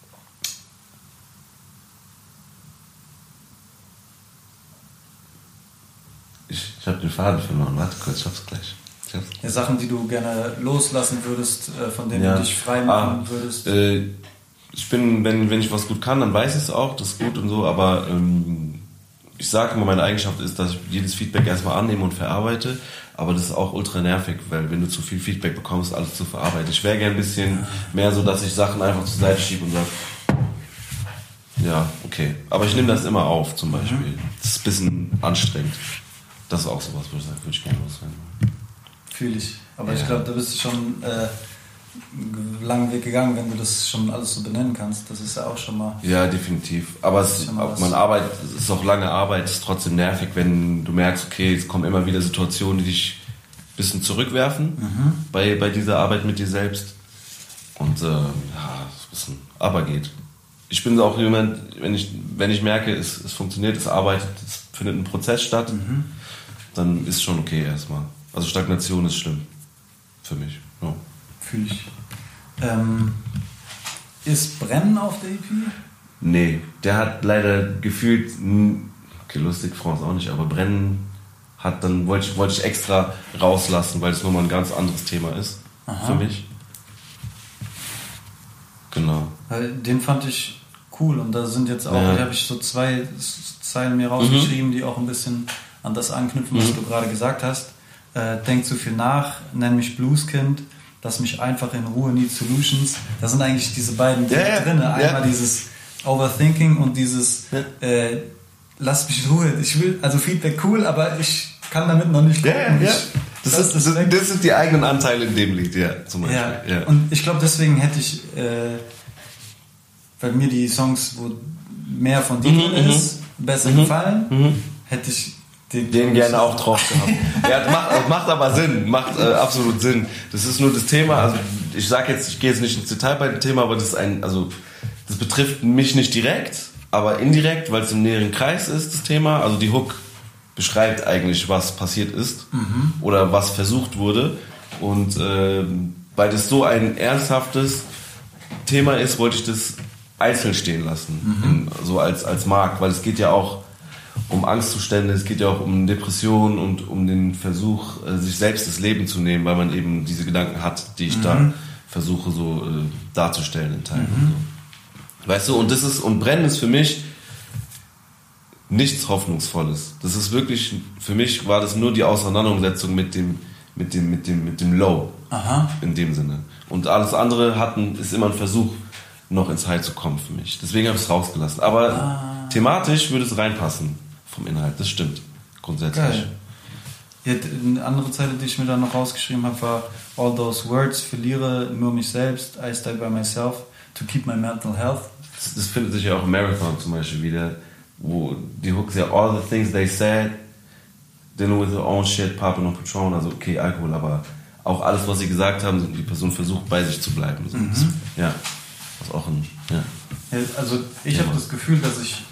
Speaker 1: Ich, ich habe den Faden verloren. Warte kurz, ich hab's gleich. Ich hab's.
Speaker 4: Ja, Sachen, die du gerne loslassen würdest, von denen ja. du dich frei machen ah, würdest.
Speaker 1: Äh, ich bin, wenn, wenn ich was gut kann, dann weiß ich es auch, das ist gut und so, aber ähm, ich sage immer, meine Eigenschaft ist, dass ich jedes Feedback erstmal annehme und verarbeite, aber das ist auch ultra nervig, weil wenn du zu viel Feedback bekommst, alles zu verarbeiten. Ich wäre gerne ein bisschen mehr so, dass ich Sachen einfach zur Seite schiebe und sage, ja, okay. Aber ich nehme das immer auf, zum Beispiel. Mhm. Das ist ein bisschen anstrengend. Das ist auch sowas, wo ich sage, würde ich gerne loswerden.
Speaker 4: Fühle ich. Aber
Speaker 1: ja.
Speaker 4: ich glaube, da bist du schon äh, einen langen Weg gegangen, wenn du das schon alles so benennen kannst. Das ist ja auch schon mal...
Speaker 1: Ja, definitiv. Aber es, man Arbeit, es ist auch lange Arbeit, es ist trotzdem nervig, wenn du merkst, okay, es kommen immer wieder Situationen, die dich ein bisschen zurückwerfen mhm. bei, bei dieser Arbeit mit dir selbst. Und äh, ja, es ist ein bisschen, aber geht. Ich bin auch jemand, wenn ich, wenn ich merke, es, es funktioniert, es arbeitet, es findet ein Prozess statt, mhm. dann ist schon okay erstmal. Also Stagnation ist schlimm für mich. Ja.
Speaker 4: Fühle ich. Ähm, ist Brennen auf der E P?
Speaker 1: Nee, der hat leider gefühlt, okay, lustig, France auch nicht, aber Brennen hat dann, wollte ich, wollte ich extra rauslassen, weil es nochmal ein ganz anderes Thema ist. Aha. Für mich. Genau.
Speaker 4: Den fand ich cool, und da sind jetzt auch, ja. da habe ich so zwei Zeilen mir rausgeschrieben, mhm. die auch ein bisschen an das anknüpfen, was mhm. du gerade gesagt hast. Äh, denk zu viel nach, nenn mich Blueskind, lass mich einfach in Ruhe, need solutions. Da sind eigentlich diese beiden Dinge ja, drin. Einmal ja. dieses Overthinking und dieses ja. äh, lass mich in Ruhe. Ich will, also Feedback cool, aber ich kann damit noch nicht
Speaker 1: gucken. Ja, ja. Das, das, ist, das, das sind die eigenen Anteile, in dem liegt, ja, zum Beispiel.
Speaker 4: Ja.
Speaker 1: Ja.
Speaker 4: Und ich glaube, deswegen hätte ich äh, bei mir die Songs, wo mehr von dir drin mhm. ist, besser mhm. gefallen, mhm. hätte ich den,
Speaker 1: den gerne auch drauf gehabt. Ja, das macht, das macht aber Sinn, macht äh, absolut Sinn. Das ist nur das Thema, also ich sage jetzt, ich gehe jetzt nicht ins Detail bei dem Thema, aber das ist ein, also das betrifft mich nicht direkt, aber indirekt, weil es im näheren Kreis ist, das Thema. Also die Hook beschreibt eigentlich, was passiert ist mhm. oder was versucht wurde. Und äh, weil das so ein ernsthaftes Thema ist, wollte ich das einzeln stehen lassen, mhm. in, so als, als Mark, weil es geht ja auch um Angstzustände, es geht ja auch um Depressionen und um den Versuch, sich selbst das Leben zu nehmen, weil man eben diese Gedanken hat, die ich mhm. da versuche so äh, darzustellen in Teilen. Mhm. Und so. Weißt du, und das ist, und Brennen ist für mich nichts Hoffnungsvolles. Das ist wirklich, für mich war das nur die Auseinandersetzung mit dem, mit dem, mit dem, mit dem Low. Aha. In dem Sinne. Und alles andere hatten, ist immer ein Versuch, noch ins High zu kommen für mich. Deswegen habe ich es rausgelassen. Aber ah. thematisch würde es reinpassen vom Inhalt. Das stimmt. Grundsätzlich.
Speaker 4: Geil. Ja, eine andere Zeile, die ich mir dann noch rausgeschrieben habe, war All those words, verliere nur mich selbst, I stay by myself to keep my mental health.
Speaker 1: Das, das findet sich ja auch im Marathon zum Beispiel wieder, wo die Hooks ja all the things they said, dealing with their own shit, popping on Patron, also okay, Alkohol, aber auch alles, was sie gesagt haben, die Person versucht, bei sich zu bleiben. So. Mhm. Ja. Was auch ein, ja.
Speaker 4: Ja, also ich ja, habe das Gefühl, dass ich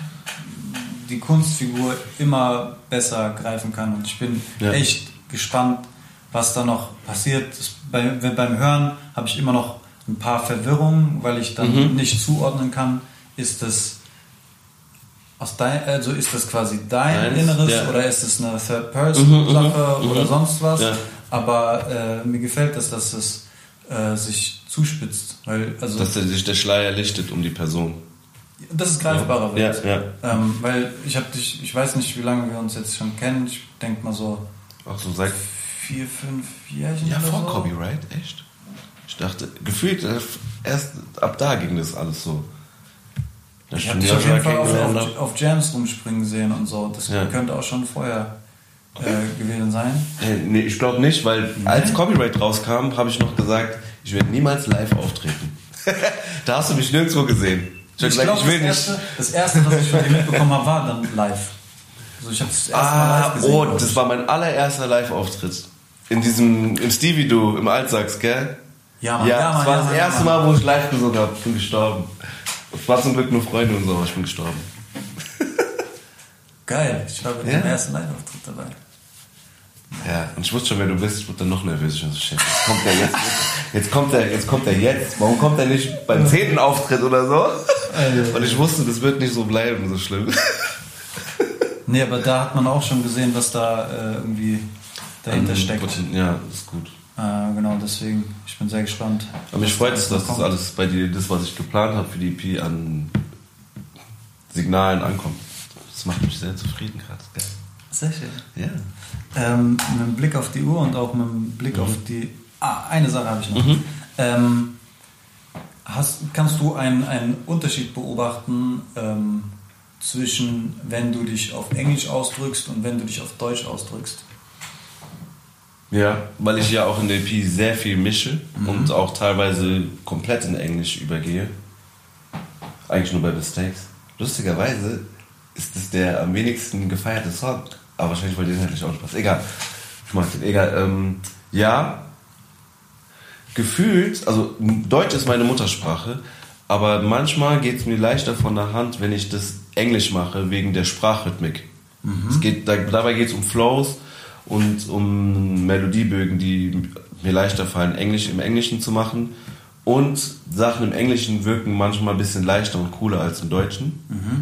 Speaker 4: die Kunstfigur immer besser greifen kann, und ich bin ja. echt gespannt, was da noch passiert. Das, bei, beim Hören habe ich immer noch ein paar Verwirrungen, weil ich dann
Speaker 1: Mhm.
Speaker 4: nicht zuordnen kann, ist das aus dein, also ist das quasi dein
Speaker 1: Deins,
Speaker 4: Inneres
Speaker 1: ja.
Speaker 4: oder ist es eine Third-Person-Sache
Speaker 1: Mhm, mhm,
Speaker 4: oder
Speaker 1: mhm.
Speaker 4: sonst was?
Speaker 1: Ja.
Speaker 4: Aber äh, mir gefällt das, dass es äh, sich zuspitzt, weil also
Speaker 1: Dass der, sich der Schleier lichtet um die Person.
Speaker 4: das ist greifbarer
Speaker 1: Ja,
Speaker 4: wird.
Speaker 1: ja.
Speaker 4: Ähm, weil ich habe dich, ich weiß nicht, wie lange wir uns jetzt schon kennen. Ich denke mal so
Speaker 1: Auch so seit.
Speaker 4: vier, fünf Jährchen
Speaker 1: Ja,
Speaker 4: oder
Speaker 1: vor
Speaker 4: so.
Speaker 1: Copyright, echt? Ich dachte, gefühlt, äh, erst ab da ging das alles so. Da
Speaker 4: Ich habe
Speaker 1: stimmt,
Speaker 4: dich
Speaker 1: ja,
Speaker 4: auf jeden
Speaker 1: schon
Speaker 4: Fall
Speaker 1: kennengelernt
Speaker 4: auf, auf, auf Jams rumspringen sehen und so. Das
Speaker 1: Ja.
Speaker 4: könnte auch schon vorher äh, gewesen sein.
Speaker 1: Äh, nee, ich glaube nicht, weil als Copyright rauskam, habe ich noch gesagt, ich werde niemals live auftreten. Da hast du mich nirgendwo gesehen. Ich habe
Speaker 4: Ich
Speaker 1: gesagt,
Speaker 4: glaube,
Speaker 1: ich will
Speaker 4: das,
Speaker 1: nicht.
Speaker 4: erste, das erste, was ich von dir mitbekommen habe, war dann live. Also ich habe das erste Mal
Speaker 1: Ah,
Speaker 4: live gesehen.
Speaker 1: oh,
Speaker 4: glaub
Speaker 1: das
Speaker 4: ich.
Speaker 1: war mein allererster Live-Auftritt. In diesem, im Stevie-Do, im Altsachs, gell?
Speaker 4: Ja, Mann,
Speaker 1: Ja,
Speaker 4: ja, Mann,
Speaker 1: das war
Speaker 4: ja,
Speaker 1: das
Speaker 4: Mann,
Speaker 1: erste
Speaker 4: ja,
Speaker 1: Mal, wo ich live gesungen habe. Ich bin gestorben. Es war zum Glück nur Freunde und so, aber ich bin gestorben.
Speaker 4: Geil, ich war bei
Speaker 1: Ja?
Speaker 4: dem ersten Live-Auftritt dabei.
Speaker 1: Ja, und ich wusste schon, wer du bist, ich wurde dann noch nervös. Ich war so, shit, jetzt kommt der jetzt, jetzt kommt der, jetzt kommt der jetzt. Warum kommt er nicht beim zehnten Auftritt oder so? Und ich wusste, das wird nicht so bleiben, so schlimm.
Speaker 4: Nee, aber da hat man auch schon gesehen, was da äh, irgendwie dahinter steckt.
Speaker 1: Ja, das ist gut.
Speaker 4: Äh, genau, deswegen, ich bin sehr gespannt.
Speaker 1: Aber mich
Speaker 4: was
Speaker 1: freut
Speaker 4: da
Speaker 1: es, dass das
Speaker 4: kommt.
Speaker 1: alles bei dir, das, was ich geplant habe für die E P, an Signalen ankommt. Das macht mich sehr zufrieden gerade. Geil.
Speaker 4: Sehr schön.
Speaker 1: Ja.
Speaker 4: Ähm, mit einem Blick auf die Uhr und auch mit einem Blick
Speaker 1: Mhm.
Speaker 4: auf die... Ah, eine Sache habe ich noch.
Speaker 1: Mhm.
Speaker 4: Ähm, hast, kannst du einen, einen Unterschied beobachten ähm, zwischen, wenn du dich auf Englisch ausdrückst und wenn du dich auf Deutsch ausdrückst?
Speaker 1: Ja, weil ich ja auch in der E P sehr viel mische und auch teilweise komplett in Englisch übergehe. Eigentlich nur bei Mistakes. Lustigerweise ist das der am wenigsten gefeierte Song. Aber wahrscheinlich, weil der inhaltlich auch nicht passt. Egal. Ich mag den. Egal. Ähm, ja, gefühlt, also Deutsch ist meine Muttersprache, aber manchmal geht es mir leichter von der Hand, wenn ich das Englisch mache, wegen der Sprachrhythmik. Es geht, da, dabei geht es um Flows und um Melodiebögen, die mir leichter fallen, Englisch im Englischen zu machen. Und Sachen im Englischen wirken manchmal ein bisschen leichter und cooler als im Deutschen.
Speaker 4: Mhm.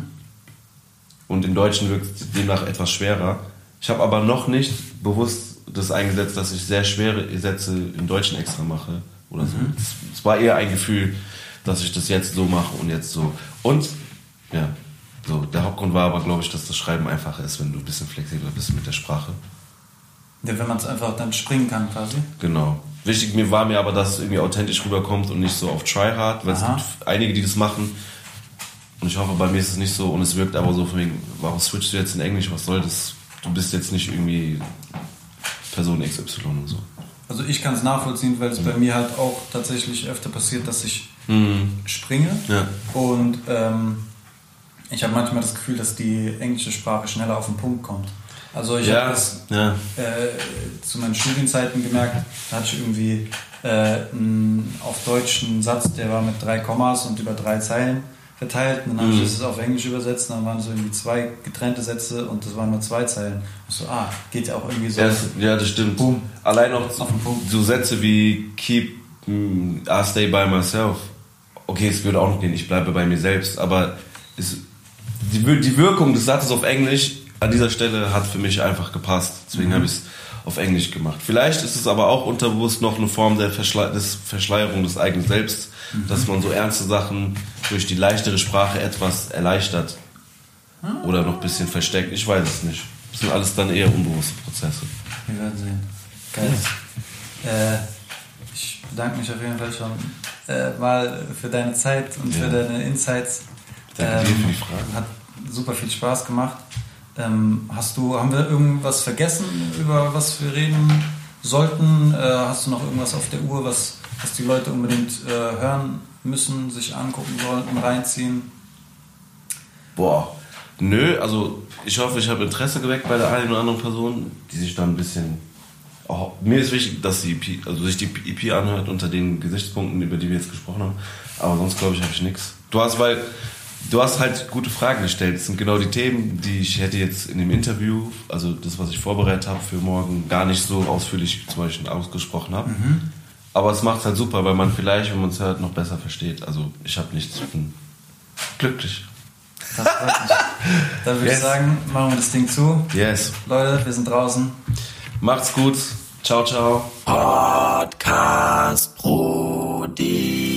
Speaker 1: Und im Deutschen wirkt es demnach etwas schwerer. Ich habe aber noch nicht bewusst das eingesetzt, dass ich sehr schwere Sätze im Deutschen extra mache. Oder so.
Speaker 4: Mhm.
Speaker 1: Es, es war eher ein Gefühl, dass ich das jetzt so mache und jetzt so. Und ja, so, der Hauptgrund war aber, glaube ich, dass das Schreiben einfacher ist, wenn du ein bisschen flexibler bist mit der Sprache.
Speaker 4: Ja, wenn man es einfach dann springen kann quasi.
Speaker 1: Genau. Wichtig mir war mir aber, dass es irgendwie authentisch rüberkommt und nicht so auf Tryhard, weil es
Speaker 4: Aha.
Speaker 1: gibt einige, die das machen. Und ich hoffe, bei mir ist es nicht so und es wirkt aber so von wegen, warum switchst du jetzt in Englisch, was soll das? Du bist jetzt nicht irgendwie Person X Y und so.
Speaker 4: Also ich kann es nachvollziehen, weil es bei mir halt auch tatsächlich öfter passiert, dass ich
Speaker 1: Mhm.
Speaker 4: springe.
Speaker 1: Ja.
Speaker 4: Und ähm, ich habe manchmal das Gefühl, dass die englische Sprache schneller auf den Punkt kommt. Also ich
Speaker 1: Ja,
Speaker 4: habe das
Speaker 1: ja.
Speaker 4: äh, zu meinen Studienzeiten gemerkt, da hatte ich irgendwie äh, einen, auf Deutsch einen Satz, der war mit drei Kommas und über drei Zeilen verteilt. Und dann habe
Speaker 1: Mhm.
Speaker 4: ich das auf Englisch übersetzt und dann waren so irgendwie zwei getrennte Sätze und das waren nur zwei Zeilen. Und so, ah, geht ja auch irgendwie so.
Speaker 1: Ja, das, ja, das stimmt.
Speaker 4: Boom.
Speaker 1: Allein auch
Speaker 4: Auf den Punkt.
Speaker 1: so Sätze wie keep, mm, I stay by myself. Okay, es würde auch noch gehen, ich bleibe bei mir selbst, aber es, die, Wir- die Wirkung des Satzes auf Englisch an dieser Stelle hat für mich einfach gepasst. Deswegen
Speaker 4: Mhm.
Speaker 1: habe ich es auf Englisch gemacht. Vielleicht ist es aber auch unterbewusst noch eine Form der Verschle des Verschleierung des eigenen Selbst,
Speaker 4: Mhm.
Speaker 1: dass man so ernste Sachen durch die leichtere Sprache etwas erleichtert oder noch ein bisschen versteckt. Ich weiß es nicht. Das sind alles dann eher unbewusste Prozesse.
Speaker 4: Wir werden sehen. Geil. Äh, ich bedanke mich auf jeden Fall schon äh, mal für deine Zeit und
Speaker 1: Ja.
Speaker 4: für deine Insights.
Speaker 1: Danke dir für die Fragen.
Speaker 4: Hat super viel Spaß gemacht. Ähm, hast du, haben wir irgendwas vergessen, über was wir reden sollten? Äh, hast du noch irgendwas auf der Uhr, was, was die Leute unbedingt äh, hören müssen, sich angucken sollten, reinziehen?
Speaker 1: Boah, nö, also ich hoffe, ich habe Interesse geweckt bei der einen oder anderen Person, die sich dann ein bisschen... Oh, mir ist wichtig, dass die E P, also sich die E P anhört unter den Gesichtspunkten, über die wir jetzt gesprochen haben. Aber sonst glaube ich, habe ich nichts. Du hast, weil du hast halt gute Fragen gestellt. Das sind genau die Themen, die ich hätte jetzt in dem Interview, also das, was ich vorbereitet habe für morgen, gar nicht so ausführlich zum Beispiel ausgesprochen habe. Aber es macht halt super, weil man vielleicht, wenn man es hört, noch besser versteht. Also ich habe nichts, ich bin glücklich.
Speaker 4: Das freut mich. Dann würde yes. ich sagen, machen wir das Ding zu.
Speaker 1: Yes.
Speaker 4: Leute, wir sind draußen.
Speaker 1: Macht's gut. Ciao, ciao.
Speaker 2: Podcast Brudi.